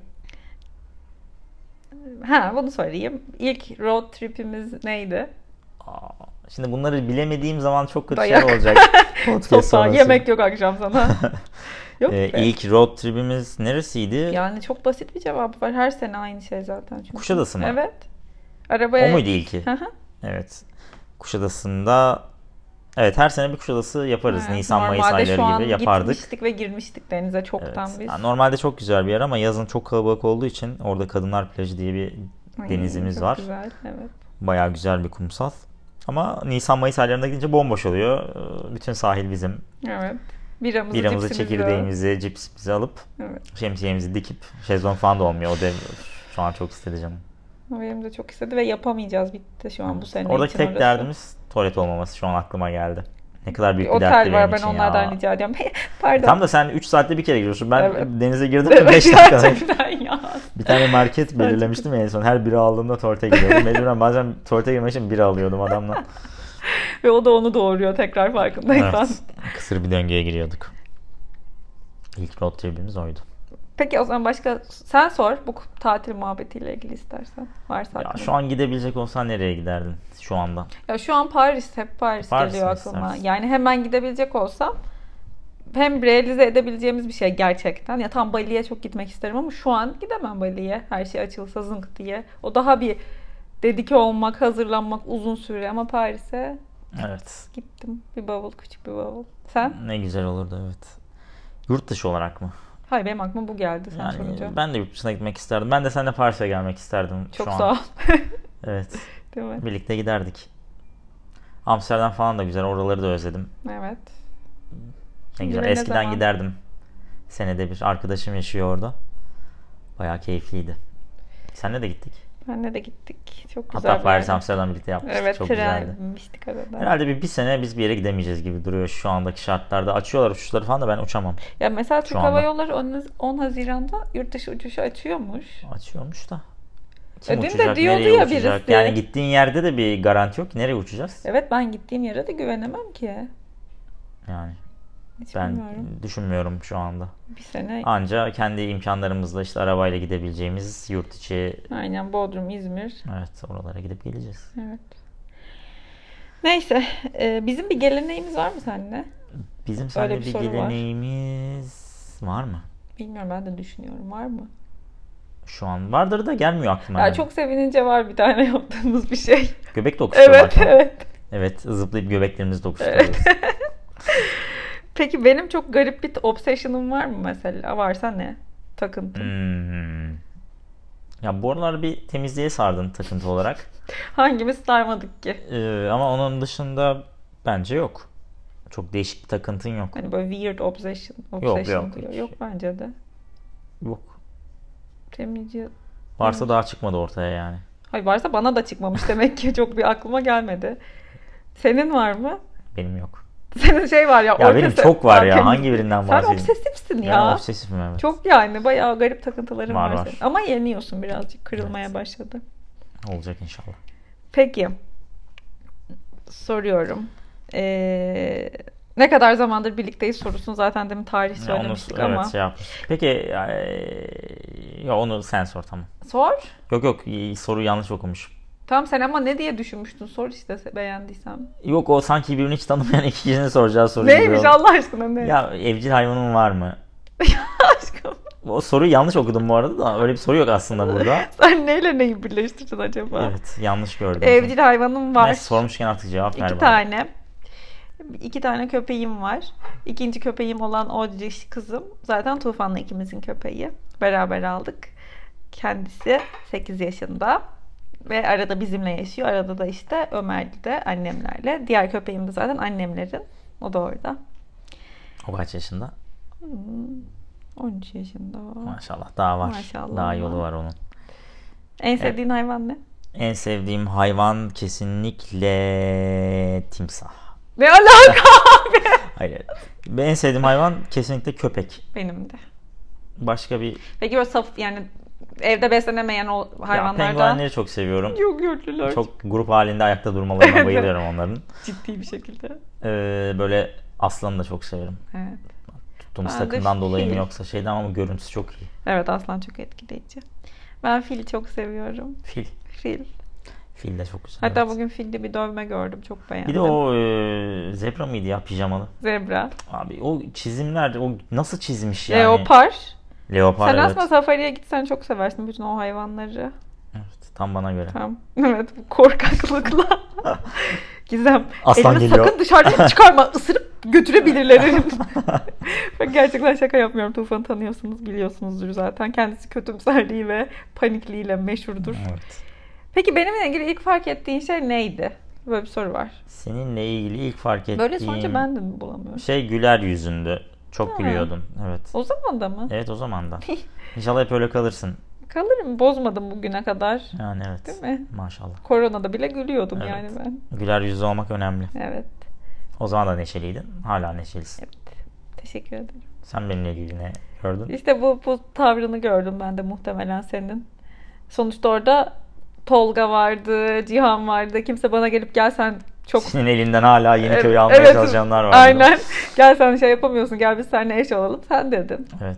Speaker 1: Ha, bunu sorayım. İlk road tripimiz neydi?
Speaker 2: Aa, şimdi bunları bilemediğim zaman çok kötü
Speaker 1: Dayak.
Speaker 2: şey olacak. Podcast
Speaker 1: Sopa,
Speaker 2: sonrası.
Speaker 1: yemek yok akşam sana. Yok
Speaker 2: Ee,
Speaker 1: be.
Speaker 2: ilk road tripimiz neresiydi?
Speaker 1: Yani çok basit bir cevap var. Her sene aynı şey zaten çünkü.
Speaker 2: Kuşadası mı?
Speaker 1: Evet. Arabaya...
Speaker 2: O muydu ilki?
Speaker 1: Hı hı.
Speaker 2: Evet. Kuşadası'nda, evet, her sene bir Kuşadası yaparız.
Speaker 1: Evet,
Speaker 2: Nisan Mayıs
Speaker 1: normalde şu an
Speaker 2: ayları gibi yapardık.
Speaker 1: gitmiştik ve girmiştik denize çoktan
Speaker 2: Evet.
Speaker 1: biz.
Speaker 2: Yani normalde çok güzel bir yer ama yazın çok kalabalık olduğu için orada Kadınlar Plajı diye bir
Speaker 1: Ay,
Speaker 2: denizimiz
Speaker 1: çok
Speaker 2: var.
Speaker 1: Güzel, evet.
Speaker 2: Bayağı güzel bir kumsal. Ama Nisan Mayıs aylarında gidince bomboş oluyor. Bütün sahil bizim.
Speaker 1: Evet. Biramızı,
Speaker 2: Biramızı,
Speaker 1: cipsimizi.
Speaker 2: çekirdeğimizi, cipsimizi alıp
Speaker 1: Evet.
Speaker 2: şemsiyemizi dikip şezlong falan da olmuyor. O dev şu an çok istedi canım.
Speaker 1: Benim de çok istedi ve yapamayacağız, bitti şu an bu sene
Speaker 2: Oradaki
Speaker 1: için
Speaker 2: tek
Speaker 1: orası.
Speaker 2: derdimiz tuvalet olmaması, şu an aklıma geldi. Ne kadar
Speaker 1: Bir
Speaker 2: büyük bir,
Speaker 1: otel
Speaker 2: dertti
Speaker 1: var,
Speaker 2: benim
Speaker 1: ben
Speaker 2: için
Speaker 1: onlardan
Speaker 2: ya.
Speaker 1: rica ediyorum. Pardon.
Speaker 2: Tam da sen üç saatte bir kere giriyorsun. Ben
Speaker 1: Evet.
Speaker 2: denize girdim
Speaker 1: Evet,
Speaker 2: beş dakikada.
Speaker 1: gerçekten ya.
Speaker 2: Bir tane market belirlemiştim en son. Her bira aldığımda tuvalete giriyordum. Mecburen bazen tuvalete girmek için bira alıyordum adamla.
Speaker 1: Ve o da onu doğuruyor tekrar farkındaysan.
Speaker 2: Evet. Kısır bir döngüye giriyorduk. İlk road trip'imiz oydu.
Speaker 1: Peki o zaman başka sen sor bu tatil muhabbetiyle ilgili istersen. Varsa
Speaker 2: Ya
Speaker 1: aklında.
Speaker 2: şu an gidebilecek olsan nereye giderdin şu anda?
Speaker 1: Ya şu an Paris, hep Paris,
Speaker 2: Paris
Speaker 1: geliyor
Speaker 2: mi
Speaker 1: aklıma.
Speaker 2: istersin?
Speaker 1: Yani hemen gidebilecek olsam hem realize edebileceğimiz bir şey gerçekten. Ya tam Bali'ye çok gitmek isterim ama şu an gidemem Bali'ye. Her şey açılsa zınk diye. O daha bir dedike olmak, hazırlanmak uzun süre ama Paris'e
Speaker 2: Evet.
Speaker 1: gittim. Bir bavul, küçük bir bavul. Sen?
Speaker 2: Ne güzel olurdu, evet. Yurt dışı olarak mı?
Speaker 1: Hayır, benim aklıma bu geldi sen
Speaker 2: Yani
Speaker 1: sorunca.
Speaker 2: ben de yurt dışına gitmek isterdim. Ben de seninle Paris'e gelmek isterdim
Speaker 1: Çok
Speaker 2: şu an.
Speaker 1: sağ ol.
Speaker 2: Evet.
Speaker 1: Değil mi?
Speaker 2: Birlikte giderdik. Amsterdam falan da güzel. Oraları da özledim.
Speaker 1: Evet.
Speaker 2: Ne güzel.
Speaker 1: Güve ne
Speaker 2: Eskiden
Speaker 1: zaman?
Speaker 2: giderdim. Senede bir. Arkadaşım yaşıyor orada. Bayağı keyifliydi. Seninle de gittik.
Speaker 1: Benle de gittik. Çok güzel
Speaker 2: Hatta
Speaker 1: bir
Speaker 2: Paris,
Speaker 1: yerdi.
Speaker 2: Amsterdam birlikte yapmıştık.
Speaker 1: Evet,
Speaker 2: Çok
Speaker 1: tren
Speaker 2: güzeldi.
Speaker 1: binmiştik arada.
Speaker 2: Herhalde bir, bir sene biz bir yere gidemeyeceğiz gibi duruyor şu andaki şartlarda. Açıyorlar uçuşları falan da ben uçamam.
Speaker 1: Ya mesela Türk
Speaker 2: Şu
Speaker 1: Hava
Speaker 2: anda.
Speaker 1: Yolları on Haziran'da yurt dışı uçuşu açıyormuş.
Speaker 2: Açıyormuş da. Kim
Speaker 1: E, dün de
Speaker 2: uçacak,
Speaker 1: diyordu
Speaker 2: nereye
Speaker 1: ya
Speaker 2: uçacak?
Speaker 1: birisi.
Speaker 2: Yani gittiğin yerde de bir garanti yok ki. Nereye uçacağız?
Speaker 1: Evet, ben gittiğim yere de güvenemem ki.
Speaker 2: Yani
Speaker 1: Hiç
Speaker 2: ben
Speaker 1: bilmiyorum.
Speaker 2: düşünmüyorum şu anda.
Speaker 1: Bir sene
Speaker 2: Anca kendi imkanlarımızla işte arabayla gidebileceğimiz yurt içi,
Speaker 1: aynen Bodrum, İzmir.
Speaker 2: evet, oralara gidip geleceğiz.
Speaker 1: Evet. Neyse, e, bizim bir geleneğimiz var mı seninle?
Speaker 2: Bizim seninle
Speaker 1: bir
Speaker 2: bir
Speaker 1: soru var.
Speaker 2: geleneğimiz var mı?
Speaker 1: Bilmiyorum, ben de düşünüyorum. Var mı?
Speaker 2: Şu an vardır da gelmiyor aklıma.
Speaker 1: Ya
Speaker 2: yani.
Speaker 1: çok sevinince var bir tane yaptığımız bir şey.
Speaker 2: Göbek dokuşturuyorlar
Speaker 1: Evet,
Speaker 2: şu an.
Speaker 1: evet.
Speaker 2: Evet, zıplayıp göbeklerimizi dokuşturuyoruz.
Speaker 1: Peki benim çok garip bir obsession'ım var mı mesela? Varsa ne? Takıntım.
Speaker 2: Hmm. Ya bu aralar bir temizliğe sardın takıntı olarak.
Speaker 1: Hangimiz sarmadık ki?
Speaker 2: Ee, ama onun dışında bence yok. Çok değişik bir takıntın yok.
Speaker 1: Hani böyle weird obsession. obsession
Speaker 2: yok,
Speaker 1: diyor.
Speaker 2: hiç.
Speaker 1: Yok bence de.
Speaker 2: Yok.
Speaker 1: Temizci.
Speaker 2: Varsa
Speaker 1: Evet.
Speaker 2: daha çıkmadı ortaya yani.
Speaker 1: Hayır, varsa bana da çıkmamış demek ki, çok bir aklıma gelmedi. Senin var mı?
Speaker 2: Benim yok.
Speaker 1: Senin şey var ya.
Speaker 2: Ya benim
Speaker 1: ortası-
Speaker 2: çok var ya.
Speaker 1: Temiz-
Speaker 2: Hangi birinden
Speaker 1: Sen
Speaker 2: bahsedeyim?
Speaker 1: obsesifsin
Speaker 2: Ben
Speaker 1: ya.
Speaker 2: obsesifim, evet.
Speaker 1: Çok yani bayağı garip takıntıların var,
Speaker 2: Var, var.
Speaker 1: senin. Ama yeniyorsun birazcık. Kırılmaya
Speaker 2: Evet.
Speaker 1: başladı.
Speaker 2: Olacak inşallah.
Speaker 1: Peki. Soruyorum. Ee, ne kadar zamandır birlikteyiz sorusunu zaten demin tarih
Speaker 2: Ya onu,
Speaker 1: söylemiştik
Speaker 2: evet,
Speaker 1: ama.
Speaker 2: şey yapmıştık. Peki eee, ya onu sen sor, tamam.
Speaker 1: Sor.
Speaker 2: Yok yok, soruyu yanlış okumuşum.
Speaker 1: Tamam, sen ama ne diye düşünmüştün? Sor işte, beğendiysem.
Speaker 2: Yok, o sanki birbirini hiç tanımayan iki kişinin soracağı soru gibi
Speaker 1: Neymiş
Speaker 2: oldu.
Speaker 1: Allah aşkına, ne?
Speaker 2: Ya evcil hayvanın var mı?
Speaker 1: Aşkım.
Speaker 2: O soruyu yanlış okudum bu arada da, öyle bir soru yok aslında burada.
Speaker 1: Sen neyle neyi birleştirdin acaba?
Speaker 2: Evet, yanlış gördüm.
Speaker 1: Evcil hayvanım var.
Speaker 2: Neyse, sormuşken artık cevap ver
Speaker 1: İki
Speaker 2: bana.
Speaker 1: tane. İki tane köpeğim var. İkinci köpeğim olan Oji kızım. Zaten Tufan'la ikimizin köpeği. Beraber aldık. Kendisi sekiz yaşında. Ve arada bizimle yaşıyor. Arada da işte Ömer'li de annemlerle. Diğer köpeğim de zaten annemlerin. O da orada.
Speaker 2: O kaç yaşında?
Speaker 1: Hmm, on üç yaşında.
Speaker 2: Maşallah, daha var.
Speaker 1: Maşallah.
Speaker 2: Daha yolu var onun.
Speaker 1: En sevdiğin hayvan ne?
Speaker 2: En sevdiğim hayvan kesinlikle timsah.
Speaker 1: Ne alaka abi?
Speaker 2: Hayır. En sevdiğim hayvan kesinlikle köpek.
Speaker 1: Benim de.
Speaker 2: Başka bir...
Speaker 1: Peki böyle saf, yani evde beslenemeyen o
Speaker 2: Ya
Speaker 1: hayvanlardan
Speaker 2: penguenleri çok seviyorum.
Speaker 1: çok gördüler.
Speaker 2: Çok grup halinde ayakta durmalarına
Speaker 1: Evet.
Speaker 2: bayılıyorum onların.
Speaker 1: ciddi bir şekilde.
Speaker 2: Ee, böyle aslanı da çok severim.
Speaker 1: Evet.
Speaker 2: Tuttuğumuz
Speaker 1: Ben de
Speaker 2: takımdan dolayı mı
Speaker 1: fil.
Speaker 2: yoksa şeyden, ama görüntüsü çok iyi.
Speaker 1: Evet, aslan çok etkileyici. Ben fili çok seviyorum.
Speaker 2: Fil.
Speaker 1: Fil.
Speaker 2: Fil de çok güzel.
Speaker 1: Hatta
Speaker 2: evet.
Speaker 1: bugün filde bir dövme gördüm. Çok beğendim.
Speaker 2: Bir de o e, zebra mıydı ya, pijamalı?
Speaker 1: Zebra.
Speaker 2: Abi o çizimler, o nasıl çizmiş yani?
Speaker 1: Leopar.
Speaker 2: Leopar,
Speaker 1: Sen
Speaker 2: evet.
Speaker 1: aslında safariye gitsen çok seversin bütün o hayvanları.
Speaker 2: Evet, tam bana göre.
Speaker 1: Tamam. Evet, bu korkaklıkla. Gizem.
Speaker 2: Aslan
Speaker 1: elini
Speaker 2: geliyor.
Speaker 1: sakın dışarıda çıkarma. Isırıp götürebilirler. Ben gerçekten şaka yapmıyorum. Tufan'ı tanıyorsunuz, biliyorsunuzdur zaten. Kendisi kötümserliği ve panikliğiyle meşhurdur.
Speaker 2: Evet.
Speaker 1: Peki benimle ilgili ilk fark ettiğin şey neydi? Böyle bir soru var.
Speaker 2: Seninle ilgili ilk fark ettiğim
Speaker 1: Böyle sorunca ben de mi bulamıyorum?
Speaker 2: şey güler yüzündü. Çok
Speaker 1: Ha.
Speaker 2: gülüyordun. Evet.
Speaker 1: O zaman da mı?
Speaker 2: Evet, o zaman da. İnşallah hep öyle kalırsın.
Speaker 1: Kalırım. Bozmadım bugüne kadar.
Speaker 2: Yani evet.
Speaker 1: Değil mi?
Speaker 2: Maşallah.
Speaker 1: Koronada bile gülüyordum
Speaker 2: Evet.
Speaker 1: yani ben.
Speaker 2: Güler yüzlü olmak önemli.
Speaker 1: Evet.
Speaker 2: O zaman da neşeliydin. Hala neşelisin.
Speaker 1: Evet. Teşekkür ederim.
Speaker 2: Sen benimle ilgili ne gördün?
Speaker 1: İşte bu, bu tavrını gördüm ben de muhtemelen senin. Sonuçta orada Tolga vardı, Cihan vardı. Kimse bana gelip gel sen çok...
Speaker 2: Senin elinden hala Yeniköy'ü
Speaker 1: Evet,
Speaker 2: almaya
Speaker 1: evet.
Speaker 2: çalışanlar var.
Speaker 1: Aynen. Gel sen şey yapamıyorsun, gel biz seninle eş olalım. Sen dedin.
Speaker 2: Evet.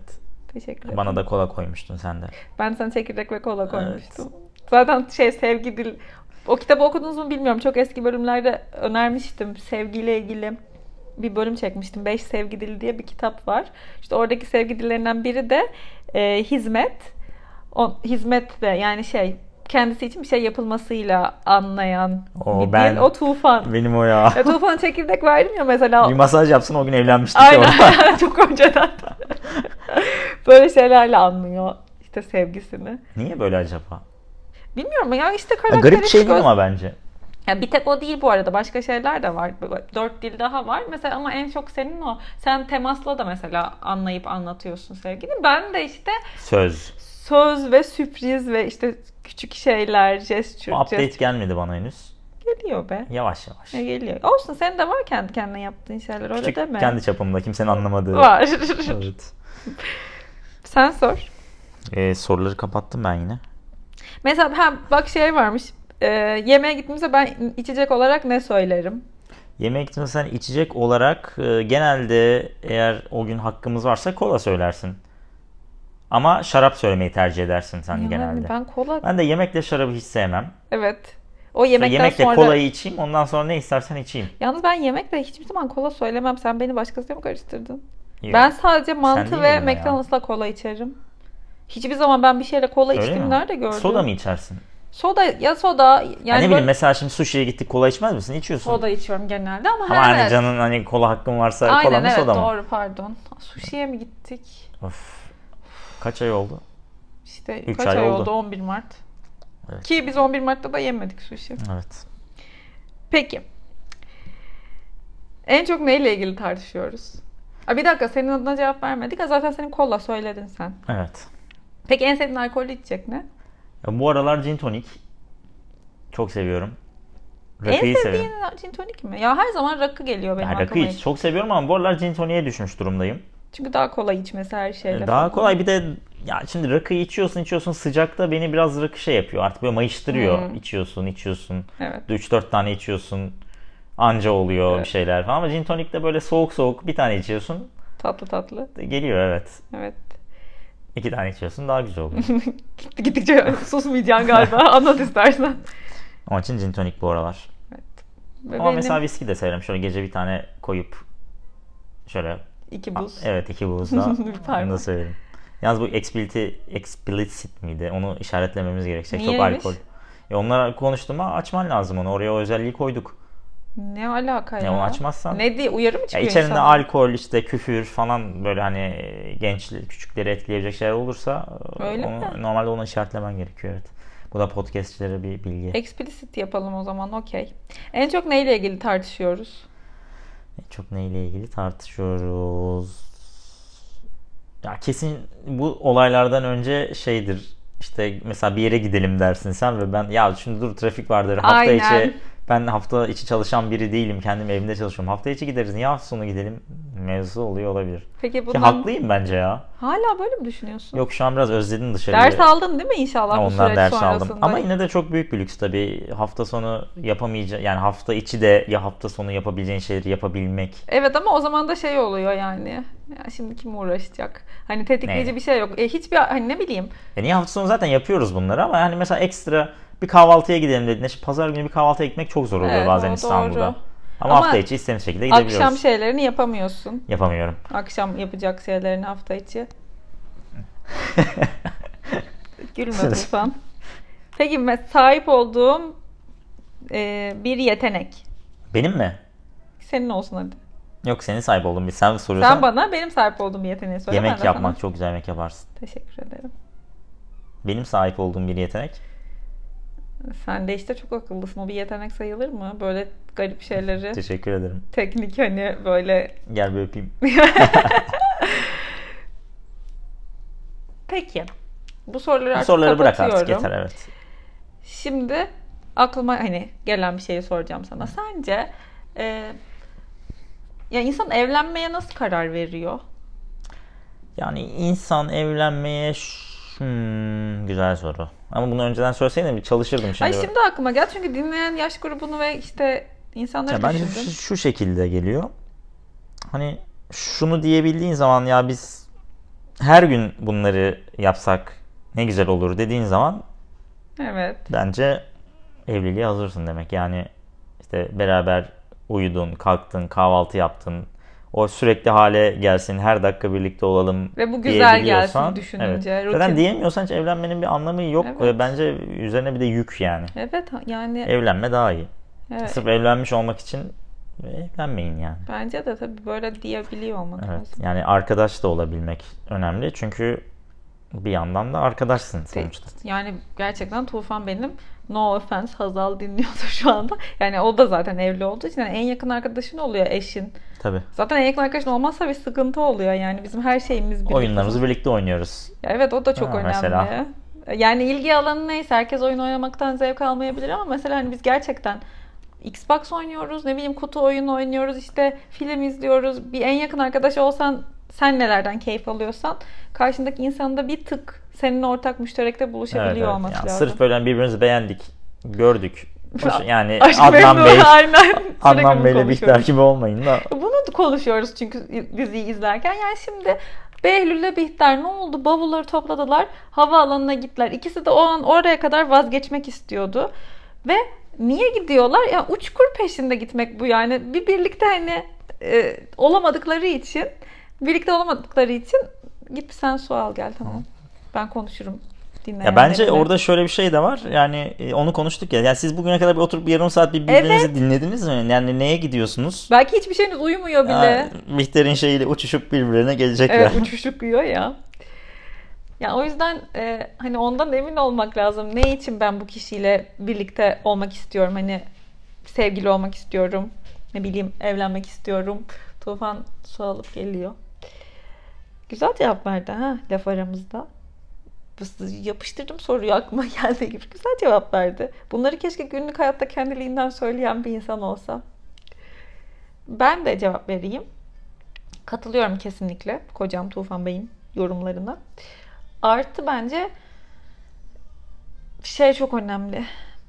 Speaker 1: Teşekkür ederim.
Speaker 2: Bana da kola koymuştun sen de.
Speaker 1: Ben sana çekirdek ve kola
Speaker 2: Evet.
Speaker 1: koymuştum. Zaten şey sevgi dil... O kitabı okudunuz mu bilmiyorum. Çok eski bölümlerde önermiştim. Sevgiyle ilgili bir bölüm çekmiştim. Beş Sevgi Dili diye bir kitap var. İşte oradaki sevgi dillerinden biri de e, hizmet. O, hizmet de yani şey kendisi için bir şey yapılmasıyla anlayan
Speaker 2: O,
Speaker 1: bir
Speaker 2: ben,
Speaker 1: dil. O Tufan.
Speaker 2: Benim o ya.
Speaker 1: E, Tufan'a çekirdek verdim ya mesela.
Speaker 2: Bir masaj yapsın o gün evlenmiştik.
Speaker 1: Aynen. Çok önceden. Böyle şeylerle anlıyor işte sevgisini.
Speaker 2: Niye böyle acaba?
Speaker 1: Bilmiyorum ya işte
Speaker 2: Ya
Speaker 1: karakteristik.
Speaker 2: garip bir şey değil ama bence.
Speaker 1: Ya bir tek o değil bu arada. Başka şeyler de var. Dört dil daha var. Mesela ama en çok senin o. Sen temasla da mesela anlayıp anlatıyorsun sevgili. Ben de işte
Speaker 2: Söz.
Speaker 1: söz ve sürpriz ve işte küçük şeyler, gesture.
Speaker 2: O update
Speaker 1: gesture.
Speaker 2: gelmedi bana henüz.
Speaker 1: Geliyor be.
Speaker 2: Yavaş yavaş.
Speaker 1: Ne geliyor. Olsun senin de var kendi kendine yaptığın şeyler öyle
Speaker 2: Küçük,
Speaker 1: deme.
Speaker 2: kendi çapımda kimsenin anlamadığı.
Speaker 1: Var.
Speaker 2: Evet.
Speaker 1: Sen sor.
Speaker 2: Ee, soruları kapattım ben yine.
Speaker 1: Mesela ha, bak şey varmış. E, yemeğe gittiğimizde ben içecek olarak ne söylerim?
Speaker 2: Yemeğe gittiğinde sen içecek olarak e, genelde eğer o gün hakkımız varsa kola söylersin. Ama şarap söylemeyi tercih edersin sen
Speaker 1: Yani
Speaker 2: genelde.
Speaker 1: ben kola...
Speaker 2: Ben de yemekle şarabı hiç sevmem.
Speaker 1: Evet. O yemekten
Speaker 2: Yemekle
Speaker 1: sonra...
Speaker 2: kolayı içeyim, ondan sonra ne istersen içeyim.
Speaker 1: Yalnız ben yemekle hiçbir zaman kola söylemem. Sen beni başkasıyla mı karıştırdın?
Speaker 2: Yok.
Speaker 1: Ben sadece
Speaker 2: Sen
Speaker 1: mantı
Speaker 2: değil
Speaker 1: ve
Speaker 2: miydin ya?
Speaker 1: McDonald's'la kola içerim. Hiçbir zaman ben bir şeyle kola
Speaker 2: Öyle
Speaker 1: içtiğimi
Speaker 2: mi?
Speaker 1: nerede gördüm?
Speaker 2: Soda mı içersin?
Speaker 1: Soda ya soda yani
Speaker 2: Yani ne
Speaker 1: böyle
Speaker 2: bileyim mesela şimdi sushi'ye gittik kola içmez misin? İçiyorsun.
Speaker 1: soda içiyorum genelde ama,
Speaker 2: Ama
Speaker 1: evet.
Speaker 2: hani canın hani kola hakkın varsa
Speaker 1: Aynen,
Speaker 2: kola mı
Speaker 1: evet,
Speaker 2: soda mı?
Speaker 1: doğru pardon. Sushi'ye mi gittik?
Speaker 2: Of. Kaç ay oldu?
Speaker 1: İşte
Speaker 2: Üç
Speaker 1: kaç
Speaker 2: ay
Speaker 1: ay
Speaker 2: oldu.
Speaker 1: oldu? on bir Mart.
Speaker 2: Evet.
Speaker 1: Ki biz on bir Mart'ta da yemedik sushi.
Speaker 2: Evet.
Speaker 1: Peki. En çok neyle ilgili tartışıyoruz? Aa, bir dakika senin adına cevap vermedik. Ha, zaten senin kola söyledin sen.
Speaker 2: Evet.
Speaker 1: Peki en sevdiğin alkollü içecek ne?
Speaker 2: Ya bu aralar gin tonic. Çok seviyorum.
Speaker 1: En
Speaker 2: Rakıyı
Speaker 1: sevdiğin
Speaker 2: severim.
Speaker 1: gin tonik mi? Ya her zaman rakı geliyor benim
Speaker 2: Ya rakı
Speaker 1: aklıma.
Speaker 2: iç. Çok seviyorum ama bu aralar gin tonic'e düşmüş durumdayım.
Speaker 1: Çünkü daha kolay içmesi her şeyle.
Speaker 2: Daha
Speaker 1: falan.
Speaker 2: kolay bir de ya şimdi rakıyı içiyorsun içiyorsun sıcakta beni biraz rakı şey yapıyor. Artık böyle mayıştırıyor.
Speaker 1: Hmm.
Speaker 2: İçiyorsun içiyorsun.
Speaker 1: Evet.
Speaker 2: üç dört tane içiyorsun. Anca oluyor
Speaker 1: Evet.
Speaker 2: bir şeyler falan. Ama gin tonic'te böyle soğuk soğuk bir tane içiyorsun.
Speaker 1: Tatlı tatlı.
Speaker 2: Geliyor evet.
Speaker 1: Evet.
Speaker 2: İki tane içiyorsun daha güzel oluyor.
Speaker 1: Gitti gittikçe susmayacaksın galiba. Anlat istersen.
Speaker 2: Onun için gin tonic bu aralar.
Speaker 1: Ve
Speaker 2: Ama
Speaker 1: benim
Speaker 2: mesela viski de severim. Şöyle gece bir tane koyup şöyle
Speaker 1: iki buz.
Speaker 2: evet iki buzda
Speaker 1: Bir parmak.
Speaker 2: onu da severim. Yalnız bu explicit, explicit miydi? Onu işaretlememiz gerekecek. Çok
Speaker 1: Niyeymiş?
Speaker 2: alkol. E onlara konuştum ama açman lazım onu. Oraya o özelliği koyduk.
Speaker 1: Ne alaka ya?
Speaker 2: Ya onu açmazsan-
Speaker 1: Ne diye uyarı mı
Speaker 2: Ya
Speaker 1: çıkıyor
Speaker 2: içerisinde
Speaker 1: insana?
Speaker 2: alkol, işte küfür falan böyle hani genç küçükleri etkileyebilecek şeyler olursa
Speaker 1: Öyle
Speaker 2: onu,
Speaker 1: mi?
Speaker 2: normalde onu işaretlemen gerekiyor evet. Bu da podcastçilere bir bilgi.
Speaker 1: Explicit yapalım o zaman, okey. En çok neyle ilgili tartışıyoruz?
Speaker 2: Çok neyle ilgili tartışıyoruz. Ya kesin bu olaylardan önce şeydir. İşte mesela bir yere gidelim dersin sen ve ben ya şimdi dur trafik vardır hafta
Speaker 1: Aynen.
Speaker 2: içi ben hafta içi çalışan biri değilim kendim evimde çalışıyorum. Hafta içi gideriz niye hafta sonu gidelim mevzusu oluyor olabilir.
Speaker 1: Peki
Speaker 2: Ki
Speaker 1: bundan
Speaker 2: haklıyım bence ya.
Speaker 1: hala böyle mi düşünüyorsun?
Speaker 2: Yok şu an biraz özledim dışarıyı.
Speaker 1: Ders aldın değil mi inşallah bu
Speaker 2: Ondan
Speaker 1: süreç
Speaker 2: ders
Speaker 1: sonrasında?
Speaker 2: aldım. Ama yine de çok büyük bir lüks tabii. Hafta sonu yapamayacağın yani hafta içi de ya hafta sonu yapabileceğin şeyleri yapabilmek.
Speaker 1: Evet ama o zaman da şey oluyor yani. Ya şimdi kim uğraşacak? Hani tetikleyici
Speaker 2: Neyle?
Speaker 1: bir şey yok. E, hiçbir hani ne bileyim.
Speaker 2: E niye hafta sonu zaten yapıyoruz bunları ama yani mesela ekstra bir kahvaltıya gidelim dediğinde şimdi pazar günü bir kahvaltıya gitmek çok zor oluyor
Speaker 1: Evet,
Speaker 2: bazen
Speaker 1: o
Speaker 2: İstanbul'da.
Speaker 1: doğru.
Speaker 2: Ama,
Speaker 1: Ama
Speaker 2: hafta içi istediğimiz şekilde gidebiliyoruz.
Speaker 1: Akşam şeylerini yapamıyorsun.
Speaker 2: Yapamıyorum.
Speaker 1: Akşam yapacak şeylerini hafta içi. Gülme Tufan. Peki me- sahip olduğum e, bir yetenek.
Speaker 2: Benim mi?
Speaker 1: Senin olsun hadi.
Speaker 2: Yok senin sahip olduğun bir sen soruyorsan.
Speaker 1: Sen bana benim sahip olduğum bir yeteneği söyle. ben
Speaker 2: Yemek
Speaker 1: de
Speaker 2: yapmak
Speaker 1: sana-
Speaker 2: çok güzel yemek yaparsın.
Speaker 1: Teşekkür ederim.
Speaker 2: Benim sahip olduğum bir yetenek.
Speaker 1: Sen de işte çok akıllısın. O bir yetenek sayılır mı? Böyle garip şeyleri,
Speaker 2: Teşekkür ederim.
Speaker 1: teknik hani böyle.
Speaker 2: Gel bir öpeyim.
Speaker 1: Peki. Bu soruları
Speaker 2: Bu
Speaker 1: artık
Speaker 2: soruları bırak
Speaker 1: kapatıyorum.
Speaker 2: artık yeter evet.
Speaker 1: Şimdi aklıma hani gelen bir şeyi soracağım sana. Sence e, ya insan evlenmeye nasıl karar veriyor?
Speaker 2: Yani insan evlenmeye ş- hmm, güzel soru. Ama bunu önceden söyleseydin bir çalışırdım şimdi.
Speaker 1: Ay şimdi aklıma geldi çünkü dinleyen yaş grubunu ve işte insanları
Speaker 2: Ya bence
Speaker 1: düşündüm.
Speaker 2: şu, şu şekilde geliyor. Hani şunu diyebildiğin zaman ya biz her gün bunları yapsak ne güzel olur dediğin zaman
Speaker 1: Evet.
Speaker 2: bence evliliğe hazırsın demek. Yani işte beraber uyudun, kalktın, kahvaltı yaptın. O sürekli hale gelsin, her dakika birlikte olalım
Speaker 1: Ve bu güzel
Speaker 2: diyebiliyorsan,
Speaker 1: gelsin düşününce.
Speaker 2: evet.
Speaker 1: Rutin.
Speaker 2: Zaten diyemiyorsan hiç evlenmenin bir anlamı yok.
Speaker 1: Evet.
Speaker 2: Bence üzerine bir de yük yani.
Speaker 1: Evet yani.
Speaker 2: Evlenme daha iyi.
Speaker 1: Evet.
Speaker 2: Sırf evlenmiş olmak için evlenmeyin yani.
Speaker 1: Bence de tabii böyle diyebiliyor olmak
Speaker 2: Evet.
Speaker 1: lazım.
Speaker 2: Yani arkadaş da olabilmek önemli. Çünkü bir yandan da arkadaşsın sonuçta.
Speaker 1: Yani gerçekten Tufan benim, no offense, Hazal dinliyordu şu anda. Yani o da zaten evli olduğu için yani en yakın arkadaşın oluyor eşin.
Speaker 2: Tabii.
Speaker 1: Zaten en yakın arkadaşın olmazsa bir sıkıntı oluyor yani bizim her şeyimiz birlikte.
Speaker 2: Oyunlarımızı birlikte oynuyoruz.
Speaker 1: Ya evet, o da çok
Speaker 2: Ha,
Speaker 1: önemli.
Speaker 2: mesela.
Speaker 1: Yani ilgi alanı neyse, herkes oyun oynamaktan zevk almayabilir ama mesela hani biz gerçekten Xbox oynuyoruz, ne bileyim kutu oyunu oynuyoruz, işte film izliyoruz. Bir en yakın arkadaş olsan, sen nelerden keyif alıyorsan karşındaki insanın da bir tık seninle ortak müşterekte buluşabiliyor
Speaker 2: Evet, evet.
Speaker 1: olması
Speaker 2: Yani
Speaker 1: lazım.
Speaker 2: sırf böyle birbirimizi beğendik, gördük. Hoş, yani
Speaker 1: Aşk
Speaker 2: Adnan
Speaker 1: memnun,
Speaker 2: Bey,
Speaker 1: aynen.
Speaker 2: Adnan Bey'le Bihter
Speaker 1: konuşuyoruz.
Speaker 2: gibi olmayın da.
Speaker 1: Bunu konuşuyoruz çünkü diziyi izlerken. Yani şimdi Behlül'le Bihter ne oldu? Bavulları topladılar, havaalanına gittiler. İkisi de o an oraya kadar vazgeçmek istiyordu. Ve niye gidiyorlar? Yani uçkur peşinde gitmek bu yani. Bir birlikte hani e, olamadıkları için, birlikte olamadıkları için git sen su al gel, tamam. Ben konuşurum.
Speaker 2: Ya bence orada şöyle bir şey de var. Yani e, onu konuştuk ya. Yani siz bugüne kadar bir oturup bir yarım saat bir birbirinizi
Speaker 1: Evet.
Speaker 2: dinlediniz mi? Yani neye gidiyorsunuz?
Speaker 1: Belki hiçbir şeyiniz uyumuyor bile.
Speaker 2: Ya, Bihter'in şeyiyle uçuşup birbirlerine gelecekler.
Speaker 1: Evet, uçuşuyor ya. Ya o yüzden e, hani ondan emin olmak lazım. Ne için ben bu kişiyle birlikte olmak istiyorum? Hani sevgili olmak istiyorum. Ne bileyim, evlenmek istiyorum. Tufan su alıp geliyor. Güzel cevap verdi ha laf aramızda. Yapıştırdım soruyu, aklıma geldiği gibi. Güzel cevap verdi. Bunları keşke günlük hayatta kendiliğinden söyleyen bir insan olsa. Ben de cevap vereyim. Katılıyorum kesinlikle kocam Tufan Bey'in yorumlarına. Artı bence şey çok önemli.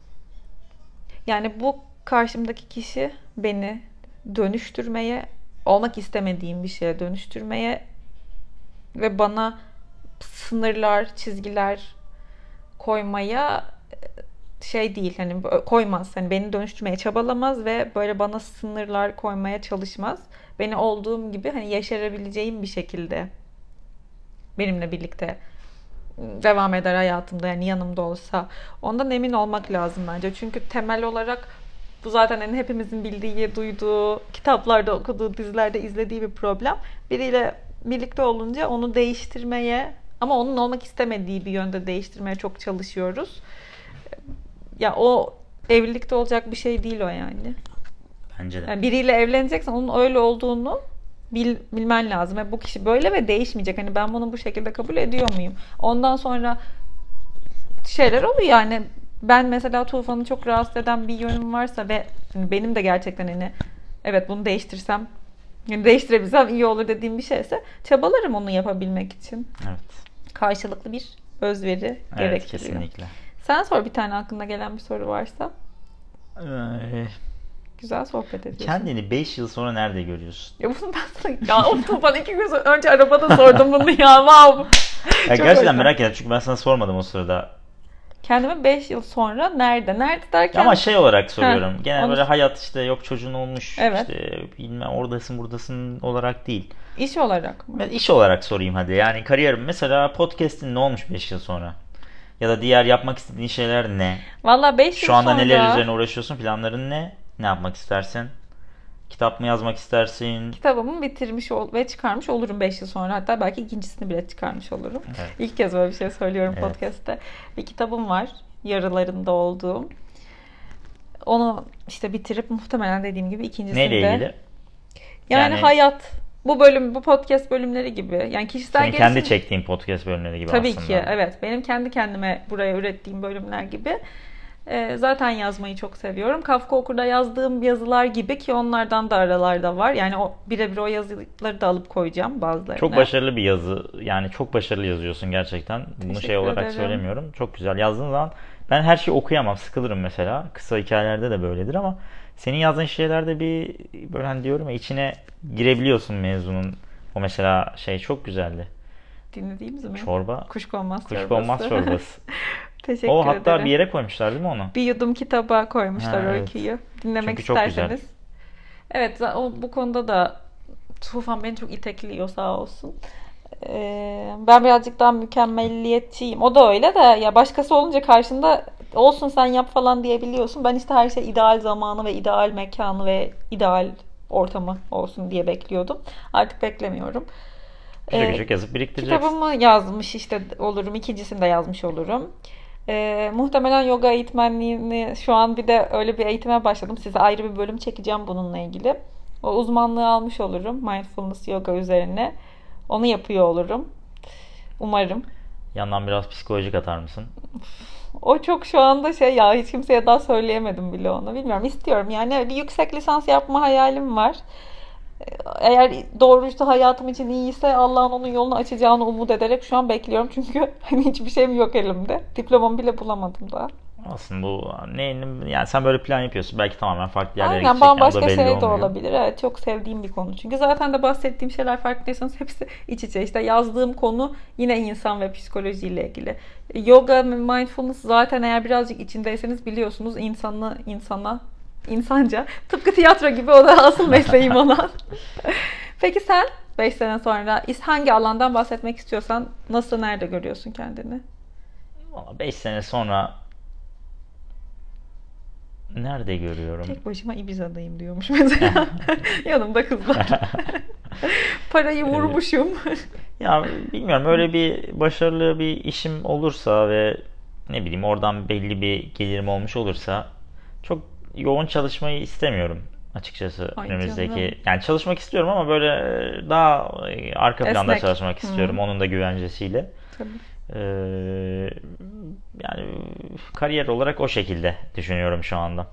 Speaker 1: Yani bu karşımdaki kişi beni dönüştürmeye, olmak istemediğim bir şeye dönüştürmeye ve bana sınırlar, çizgiler koymaya şey değil, hani koymaz. Hani beni dönüştürmeye çabalamaz ve böyle bana sınırlar koymaya çalışmaz. Beni olduğum gibi hani yaşarabileceğim bir şekilde benimle birlikte devam eder hayatımda, yani yanımda olsa. Ondan emin olmak lazım bence. Çünkü temel olarak bu zaten hani hepimizin bildiği, duyduğu, kitaplarda okuduğu, dizilerde izlediği bir problem. Biriyle birlikte olunca onu değiştirmeye, ama onun olmak istemediği bir yönde değiştirmeye çok çalışıyoruz. Ya o evlilikte olacak bir şey değil o yani.
Speaker 2: Bence de.
Speaker 1: Yani biriyle evleneceksen onun öyle olduğunu bil, bilmen lazım. Yani bu kişi böyle ve değişmeyecek. Hani ben bunu bu şekilde kabul ediyor muyum? Ondan sonra şeyler oluyor yani. Ben mesela Tufan'ı çok rahatsız eden bir yönüm varsa ve benim de gerçekten hani evet bunu değiştirsem, yani değiştirebilsem iyi olur dediğim bir şeyse çabalarım onu yapabilmek için.
Speaker 2: Evet.
Speaker 1: Karşılıklı bir özveri
Speaker 2: Evet,
Speaker 1: gerektiriyor.
Speaker 2: kesinlikle.
Speaker 1: Sen sor bir tane aklına gelen bir soru varsa.
Speaker 2: Ee,
Speaker 1: Güzel sohbet ediyorsun.
Speaker 2: Kendini beş yıl sonra nerede görüyorsun?
Speaker 1: Ya bunu ben sana... Ya o Tufan iki gün önce arabada sordum bunu ya. Wow.
Speaker 2: Ya
Speaker 1: Çok
Speaker 2: gerçekten
Speaker 1: hoş.
Speaker 2: merak ettim çünkü ben sana sormadım o sırada.
Speaker 1: Kendimi beş yıl sonra nerede? Nerede derken...
Speaker 2: Ama şey olarak soruyorum.
Speaker 1: Heh,
Speaker 2: Genel
Speaker 1: onu-
Speaker 2: böyle hayat işte yok çocuğun olmuş
Speaker 1: Evet.
Speaker 2: işte bilmem oradasın buradasın olarak değil.
Speaker 1: İş olarak mı?
Speaker 2: Ben iş olarak sorayım hadi. Yani kariyerim mesela podcast'in ne olmuş beş yıl sonra? Ya da diğer yapmak istediğin şeyler ne?
Speaker 1: Valla beş yıl
Speaker 2: Şu anda
Speaker 1: sonra...
Speaker 2: neler üzerine uğraşıyorsun? Planların ne? Ne yapmak istersin? Kitap mı yazmak istersin?
Speaker 1: Kitabımı bitirmiş ol- ve çıkarmış olurum beş yıl sonra. Hatta belki ikincisini bile çıkarmış olurum.
Speaker 2: Evet.
Speaker 1: İlk kez böyle bir şey söylüyorum
Speaker 2: Evet.
Speaker 1: podcast'te. Bir kitabım var. Yarılarında olduğum. Onu işte bitirip muhtemelen dediğim gibi ikincisini
Speaker 2: Neyle
Speaker 1: de...
Speaker 2: ilgili?
Speaker 1: Yani,
Speaker 2: Yani-
Speaker 1: hayat. Bu bölüm, bu podcast bölümleri gibi. Yani kişisel
Speaker 2: Senin
Speaker 1: gelişim...
Speaker 2: kendi çektiğin podcast bölümleri gibi
Speaker 1: Tabii
Speaker 2: aslında.
Speaker 1: ki, evet. Benim kendi kendime buraya ürettiğim bölümler gibi. Ee, zaten yazmayı çok seviyorum. Kafka Okur'da yazdığım yazılar gibi ki onlardan da aralarda var. Yani o birebir o yazıları da alıp koyacağım bazılarına.
Speaker 2: Çok başarılı bir yazı. Yani çok başarılı yazıyorsun gerçekten. Bunu
Speaker 1: Teşekkür
Speaker 2: şey olarak
Speaker 1: ederim.
Speaker 2: söylemiyorum. Çok güzel yazdığın zaman ben her şeyi okuyamam. Sıkılırım mesela. Kısa hikayelerde de böyledir ama senin yazdığın şeylerde bir böyle hani diyorum ya içine girebiliyorsun mevzunun. O mesela şey çok güzeldi.
Speaker 1: Dinlediğimiz mi?
Speaker 2: Çorba.
Speaker 1: Kuşkonmaz çorbası.
Speaker 2: Kuşkonmaz çorbası.
Speaker 1: Teşekkür
Speaker 2: O
Speaker 1: ederim.
Speaker 2: hatta bir yere koymuşlar değil mi onu?
Speaker 1: Bir yudum kitaba koymuşlar
Speaker 2: Ha, evet.
Speaker 1: öyküyü. Dinlemek
Speaker 2: Çünkü çok
Speaker 1: isterseniz.
Speaker 2: güzel.
Speaker 1: Evet, o, bu konuda da Tufan beni çok itekliyor sağ olsun. Ee, ben birazcık daha mükemmelliyetçiyim. O da öyle de ya başkası olunca karşında olsun sen yap falan diyebiliyorsun. Ben işte her şey ideal zamanı ve ideal mekanı ve ideal ortamı olsun diye bekliyordum. Artık beklemiyorum.
Speaker 2: Küçük
Speaker 1: Ee,
Speaker 2: küçük yazıp biriktireceksin.
Speaker 1: Kitabımı yazmış işte olurum. İkincisini de yazmış olurum. Ee, muhtemelen yoga eğitmenliğini şu an bir de öyle bir eğitime başladım. Size ayrı bir bölüm çekeceğim bununla ilgili. O uzmanlığı almış olurum. Mindfulness yoga üzerine. Onu yapıyor olurum. Umarım.
Speaker 2: Yandan biraz psikolojik atar mısın?
Speaker 1: O çok şu anda şey ya hiç kimseye daha söyleyemedim bile onu. Bilmiyorum istiyorum yani bir yüksek lisans yapma hayalim var. Eğer doğruysa hayatım için iyiyse Allah'ın onun yolunu açacağını umut ederek şu an bekliyorum. Çünkü hani hiçbir şeyim yok elimde. Diplomamı bile bulamadım daha.
Speaker 2: Aslında bu ne yani sen böyle plan yapıyorsun. Belki tamamen farklı yerlere
Speaker 1: Aynen
Speaker 2: gidecek.
Speaker 1: bambaşka
Speaker 2: Yani o da belli
Speaker 1: şey de
Speaker 2: olmuyor.
Speaker 1: olabilir. Evet çok sevdiğim bir konu. Çünkü zaten de bahsettiğim şeyler farkındaysanız hepsi iç içe. İşte yazdığım konu yine insan ve psikolojiyle ilgili. Yoga, mindfulness zaten eğer birazcık içindeyseniz biliyorsunuz insanı insana insanca tıpkı tiyatro gibi o da asıl mesleğim olan. Peki sen beş sene sonra hangi alandan bahsetmek istiyorsan nasıl nerede görüyorsun kendini?
Speaker 2: beş sene sonra nerede görüyorum?
Speaker 1: Tek başıma Ibiza'dayım diyormuş mesela. Yanımda kızlar. Parayı vurmuşum.
Speaker 2: Ya bilmiyorum öyle bir başarılı bir işim olursa ve ne bileyim oradan belli bir gelirim olmuş olursa çok yoğun çalışmayı istemiyorum açıkçası
Speaker 1: Ay
Speaker 2: önümüzdeki.
Speaker 1: canım.
Speaker 2: Yani çalışmak istiyorum ama böyle daha arka planda
Speaker 1: Esnek.
Speaker 2: çalışmak istiyorum
Speaker 1: Hı.
Speaker 2: onun da güvencesiyle.
Speaker 1: Tabii.
Speaker 2: Ee, yani kariyer olarak o şekilde düşünüyorum şu anda.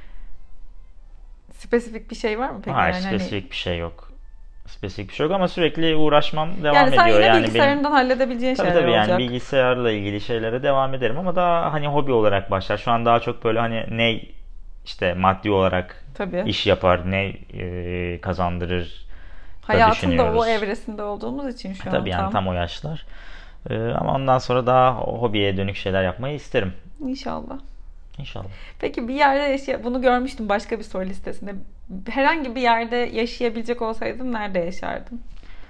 Speaker 1: Spesifik bir şey var mı peki?
Speaker 2: Hayır,
Speaker 1: yani
Speaker 2: spesifik
Speaker 1: hani...
Speaker 2: bir şey yok. Spesifik bir şey yok ama sürekli uğraşmam devam
Speaker 1: Yani sen
Speaker 2: ediyor.
Speaker 1: yine
Speaker 2: Yani
Speaker 1: bilgisayarından
Speaker 2: benim
Speaker 1: halledebileceğin
Speaker 2: tabii
Speaker 1: şeyler
Speaker 2: tabii yani
Speaker 1: olacak.
Speaker 2: bilgisayarla ilgili şeylere devam ederim ama daha hani hobi olarak başlar. Şu an daha çok böyle hani ne işte maddi olarak
Speaker 1: Tabii.
Speaker 2: iş yapar, ne e, kazandırır da
Speaker 1: Hayatın da
Speaker 2: düşünüyoruz.
Speaker 1: o evresinde olduğumuz için şu
Speaker 2: Tabii
Speaker 1: an
Speaker 2: yani
Speaker 1: tam.
Speaker 2: tam o yaşlar. E, ama ondan sonra daha hobiye dönük şeyler yapmayı isterim.
Speaker 1: İnşallah.
Speaker 2: İnşallah.
Speaker 1: Peki bir yerde yaşay bunu görmüştüm başka bir soru listesinde. Herhangi bir yerde yaşayabilecek olsaydın nerede yaşardın?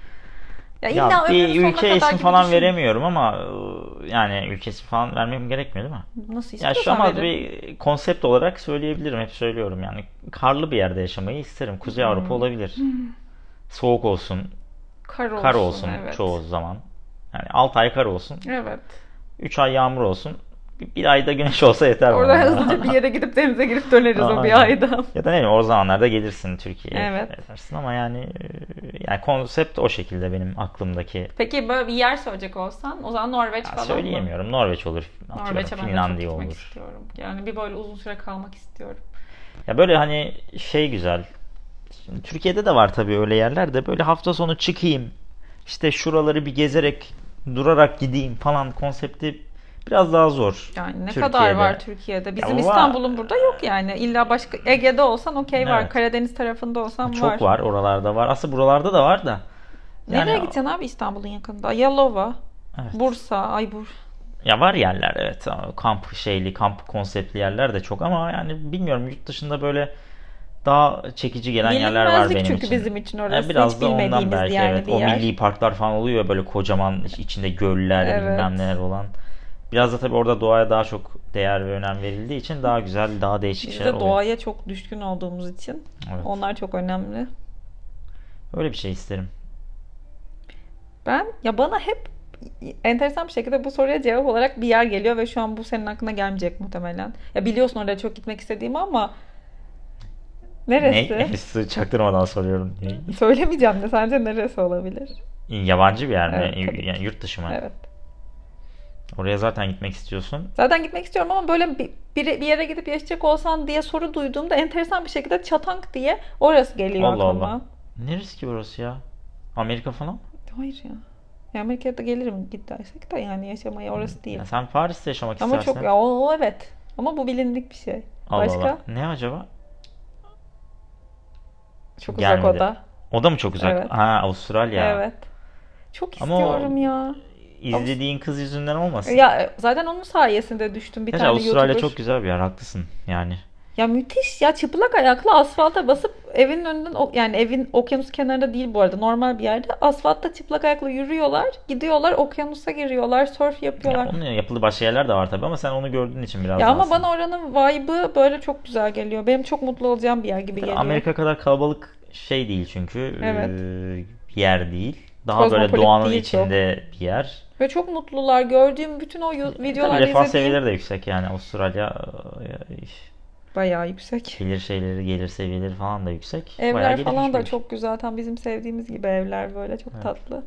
Speaker 1: Ya illa
Speaker 2: Ya bir
Speaker 1: ömrünün sonuna
Speaker 2: ülke
Speaker 1: kadar
Speaker 2: ismi
Speaker 1: gibi
Speaker 2: falan
Speaker 1: düşün.
Speaker 2: veremiyorum ama e, yani ülkesi falan vermem gerekmiyor değil mi?
Speaker 1: Nasıl
Speaker 2: Ya şu
Speaker 1: istiyorsan
Speaker 2: ama
Speaker 1: verin.
Speaker 2: bir konsept olarak söyleyebilirim. Hep söylüyorum yani. Karlı bir yerde yaşamayı isterim. Kuzey Avrupa olabilir. Soğuk olsun.
Speaker 1: Kar olsun.
Speaker 2: Kar olsun
Speaker 1: Evet.
Speaker 2: çoğu zaman. Yani altı ay kar olsun.
Speaker 1: Evet.
Speaker 2: üç ay yağmur olsun. Bir, bir ayda güneş olsa yeter bana.
Speaker 1: Orada hızlıca bir yere gidip denize girip döneriz o bir
Speaker 2: Aynen.
Speaker 1: ayda.
Speaker 2: Ya da ne bileyim o zamanlarda gelirsin Türkiye'ye.
Speaker 1: Evet.
Speaker 2: Edersin ama yani e, yani konsept o şekilde benim aklımdaki.
Speaker 1: Peki böyle bir yer söyleyecek olsan o zaman Norveç
Speaker 2: Ya
Speaker 1: falan mı?
Speaker 2: söyleyemiyorum. Norveç olur. Atıyorum.
Speaker 1: Norveç'e ben de çok
Speaker 2: Finlandiya
Speaker 1: gitmek
Speaker 2: olur.
Speaker 1: istiyorum. Yani bir böyle uzun süre kalmak istiyorum.
Speaker 2: Ya böyle hani şey güzel. Şimdi Türkiye'de de var tabii öyle yerler de böyle hafta sonu çıkayım. İşte şuraları bir gezerek durarak gideyim falan konsepti biraz daha zor.
Speaker 1: Yani ne
Speaker 2: Türkiye'de.
Speaker 1: kadar var Türkiye'de? Bizim
Speaker 2: Ya
Speaker 1: İstanbul'un burada yok yani. İlla başka Ege'de olsan okey var.
Speaker 2: Evet.
Speaker 1: Karadeniz tarafında olsan
Speaker 2: Çok
Speaker 1: var.
Speaker 2: var. Oralarda var. Aslında buralarda da var da.
Speaker 1: Nereye
Speaker 2: Yani
Speaker 1: gideceksin abi İstanbul'un yakında? Yalova,
Speaker 2: evet.
Speaker 1: Bursa, ay Bur.
Speaker 2: Ya var yerler evet. Kamp şeyli, kamp konseptli yerler de çok ama yani bilmiyorum yurt dışında böyle daha çekici gelen yerler var
Speaker 1: Bilinmezlik
Speaker 2: benim
Speaker 1: çünkü
Speaker 2: için.
Speaker 1: bizim için
Speaker 2: Yani
Speaker 1: orası.
Speaker 2: biraz
Speaker 1: Hiç
Speaker 2: da ondan
Speaker 1: bilmediğimiz
Speaker 2: belki
Speaker 1: yani
Speaker 2: evet.
Speaker 1: bir
Speaker 2: O
Speaker 1: yer.
Speaker 2: milli parklar falan oluyor ya böyle kocaman içinde göller,
Speaker 1: Evet.
Speaker 2: bilmem neler olan. Biraz da tabii orada doğaya daha çok değer ve önem verildiği için daha güzel, daha değişik
Speaker 1: Biz
Speaker 2: şeyler
Speaker 1: de
Speaker 2: oluyor.
Speaker 1: doğaya çok düşkün olduğumuz için
Speaker 2: Evet.
Speaker 1: onlar çok önemli.
Speaker 2: Öyle bir şey isterim.
Speaker 1: Ben ya bana hep enteresan bir şekilde bu soruya cevap olarak bir yer geliyor ve şu an bu senin aklına gelmeyecek muhtemelen. Ya biliyorsun oraya çok gitmek istediğimi ama neresi?
Speaker 2: Ne? Sizi çaktırmadan soruyorum. Ne?
Speaker 1: Söylemeyeceğim de sence neresi olabilir?
Speaker 2: Yabancı bir yer mi?
Speaker 1: Evet, tabii
Speaker 2: Yani
Speaker 1: ki.
Speaker 2: yurt dışı mı?
Speaker 1: Evet.
Speaker 2: Oraya zaten gitmek istiyorsun.
Speaker 1: Zaten gitmek istiyorum ama böyle bir, bir, bir yere gidip yaşayacak olsan diye soru duyduğumda enteresan bir şekilde Çatank diye orası geliyor
Speaker 2: Allah
Speaker 1: aklıma.
Speaker 2: Allah. Neresi ki burası ya? Amerika falan mı?
Speaker 1: Hayır ya. Ya Amerika'ya da gelirim git dersek de yani yaşamaya orası değil.
Speaker 2: Ya sen Paris'te yaşamak
Speaker 1: Ama
Speaker 2: istersen.
Speaker 1: çok ya o, o evet. Ama bu bilindik bir şey.
Speaker 2: Allah
Speaker 1: Başka?
Speaker 2: Allah. Ne acaba?
Speaker 1: Çok uzak
Speaker 2: Gelmedi.
Speaker 1: o da.
Speaker 2: O da mı çok uzak?
Speaker 1: Evet.
Speaker 2: Ha Avustralya.
Speaker 1: Evet. Çok
Speaker 2: Ama o-
Speaker 1: istiyorum ya.
Speaker 2: izlediğin kız yüzünden olmasın.
Speaker 1: Ya zaten onun sayesinde düştüm bir
Speaker 2: Gerçi
Speaker 1: tane
Speaker 2: Avustralya
Speaker 1: YouTuber.
Speaker 2: çok güzel bir yer, haklısın yani.
Speaker 1: Ya müthiş ya, çıplak ayakla asfalta basıp evin önünden, yani evin okyanus kenarında değil bu arada, normal bir yerde asfaltta çıplak ayakla yürüyorlar, gidiyorlar okyanusa giriyorlar, surf yapıyorlar.
Speaker 2: Ya onun yapıldığı başka yerler de var tabii ama sen onu gördüğün için biraz
Speaker 1: Ya ama
Speaker 2: daha
Speaker 1: bana oranın vibe'ı böyle çok güzel geliyor. Benim çok mutlu olacağım bir yer gibi geliyor.
Speaker 2: Amerika kadar kalabalık şey değil çünkü.
Speaker 1: Evet.
Speaker 2: Ee, bir yer değil. Daha
Speaker 1: Kozmopolit
Speaker 2: böyle doğanın
Speaker 1: değil
Speaker 2: içinde bir yer.
Speaker 1: Ve çok mutlular. Gördüğüm bütün o yu- videolarda
Speaker 2: Tabii refah
Speaker 1: izlediğim
Speaker 2: seviyeleri de yüksek yani Avustralya. e,
Speaker 1: bayağı yüksek.
Speaker 2: Gelir şeyleri, gelir seviyeleri falan da yüksek. Bayağı
Speaker 1: Evler
Speaker 2: gelişmiş
Speaker 1: falan da
Speaker 2: bir ülke.
Speaker 1: çok güzel. Tam bizim sevdiğimiz gibi evler, böyle çok
Speaker 2: Evet.
Speaker 1: tatlı.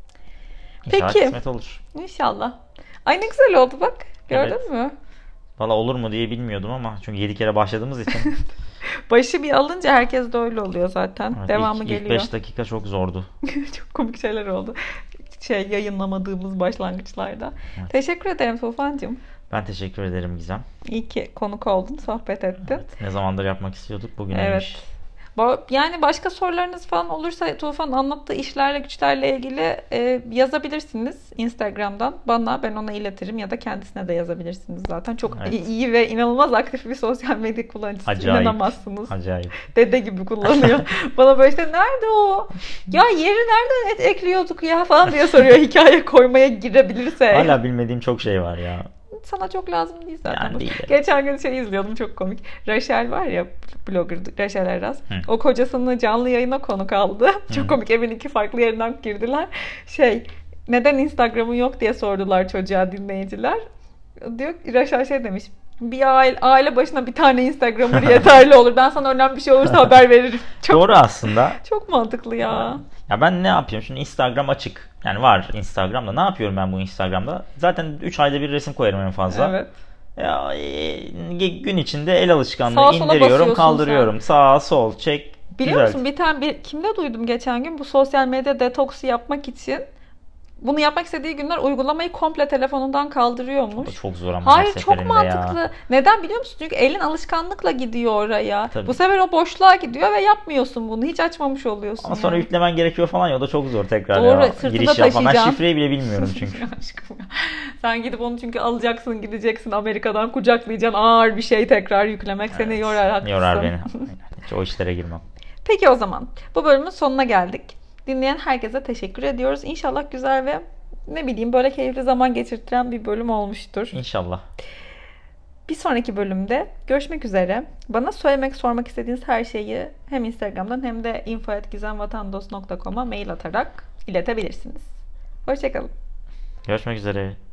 Speaker 2: İnşallah
Speaker 1: Peki.
Speaker 2: kısmet olur.
Speaker 1: İnşallah. Ay ne güzel oldu bak. Gördün
Speaker 2: Evet.
Speaker 1: mü?
Speaker 2: Valla olur mu diye bilmiyordum ama çünkü yedi kere başladığımız için.
Speaker 1: Başı bir alınca herkes de öyle oluyor zaten.
Speaker 2: Evet,
Speaker 1: Devamı
Speaker 2: ilk,
Speaker 1: geliyor.
Speaker 2: ilk beş dakika çok zordu.
Speaker 1: Çok komik şeyler oldu. Şey, yayınlamadığımız başlangıçlarda.
Speaker 2: Evet.
Speaker 1: Teşekkür ederim Tufancığım.
Speaker 2: Ben teşekkür ederim Gizem.
Speaker 1: İyi ki konuk oldun, sohbet ettin.
Speaker 2: Evet, ne zamandır yapmak istiyorduk, bugüneymiş.
Speaker 1: Evet. Ba- Yani başka sorularınız falan olursa Tufan'ın anlattığı işlerle güçlerle ilgili e, yazabilirsiniz Instagram'dan bana, ben ona iletirim, ya da kendisine de yazabilirsiniz zaten. Çok
Speaker 2: Evet.
Speaker 1: i- iyi ve inanılmaz aktif bir sosyal medya kullanıcısı.
Speaker 2: Acayip.
Speaker 1: İnanamazsınız.
Speaker 2: Acayip.
Speaker 1: Dede gibi kullanıyor. Bana böyle işte nerede o? Ya yeri nereden et ekliyorduk ya falan diye soruyor, hikaye koymaya girebilirse.
Speaker 2: Hala bilmediğim çok şey var ya.
Speaker 1: Sana çok lazım değil zaten.
Speaker 2: Yani
Speaker 1: bu.
Speaker 2: değil, evet.
Speaker 1: Geçen gün şey izliyordum, çok komik. Rachel var ya, blogger Rachel Eras.
Speaker 2: Hı.
Speaker 1: O kocasını canlı yayına konuk aldı. Çok
Speaker 2: Hı.
Speaker 1: komik, evin iki farklı yerinden girdiler. Şey, neden Instagram'ın yok diye sordular çocuğa dinleyiciler. Diyor Rachel şey demiş. Bir aile, aile başına bir tane Instagram'ır yeterli olur. Ben sana önemli bir şey olursa haber veririm. Çok,
Speaker 2: Doğru aslında.
Speaker 1: çok mantıklı ya.
Speaker 2: Ya ben ne yapıyorum? Şimdi Instagram açık. Yani var Instagram'da. Ne yapıyorum ben bu Instagram'da? Zaten üç ayda bir resim koyarım en fazla.
Speaker 1: Evet.
Speaker 2: Ya, e, gün içinde el alışkanlığı
Speaker 1: Sağa sola
Speaker 2: indiriyorum,
Speaker 1: basıyorsun
Speaker 2: kaldırıyorum. Sağ, sol, çek.
Speaker 1: Biliyor
Speaker 2: Güzel.
Speaker 1: musun, bir tane bir, kimde duydum geçen gün, bu sosyal medya detoksu yapmak için bunu yapmak istediği günler uygulamayı komple telefonundan kaldırıyormuş.
Speaker 2: O da çok zor ama her
Speaker 1: Hayır, çok
Speaker 2: seferinde
Speaker 1: mantıklı.
Speaker 2: ya.
Speaker 1: Neden biliyor musun? Çünkü elin alışkanlıkla gidiyor oraya.
Speaker 2: Tabii.
Speaker 1: Bu sefer o boşluğa gidiyor ve yapmıyorsun bunu. Hiç açmamış oluyorsun.
Speaker 2: Ama sonra
Speaker 1: yani.
Speaker 2: yüklemen gerekiyor falan ya, o da çok zor tekrar
Speaker 1: Doğru,
Speaker 2: ya.
Speaker 1: sırtında
Speaker 2: Giriş yapman. Ben
Speaker 1: taşıyacaksın.
Speaker 2: şifreyi bile bilmiyorum çünkü.
Speaker 1: Aşkım ya. Sen gidip onu çünkü alacaksın, gideceksin Amerika'dan, kucaklayacaksın, ağır bir şey tekrar yüklemek seni
Speaker 2: Evet,
Speaker 1: yorar, haklısın.
Speaker 2: Yorar beni. Hiç o işlere girmem.
Speaker 1: Peki o zaman bu bölümün sonuna geldik. Dinleyen herkese teşekkür ediyoruz. İnşallah güzel ve ne bileyim böyle keyifli zaman geçirtiren bir bölüm olmuştur.
Speaker 2: İnşallah.
Speaker 1: Bir sonraki bölümde görüşmek üzere. Bana söylemek, sormak istediğiniz her şeyi hem Instagram'dan hem de info at gizemvatandos nokta com'a mail atarak iletebilirsiniz. Hoşçakalın.
Speaker 2: Görüşmek üzere.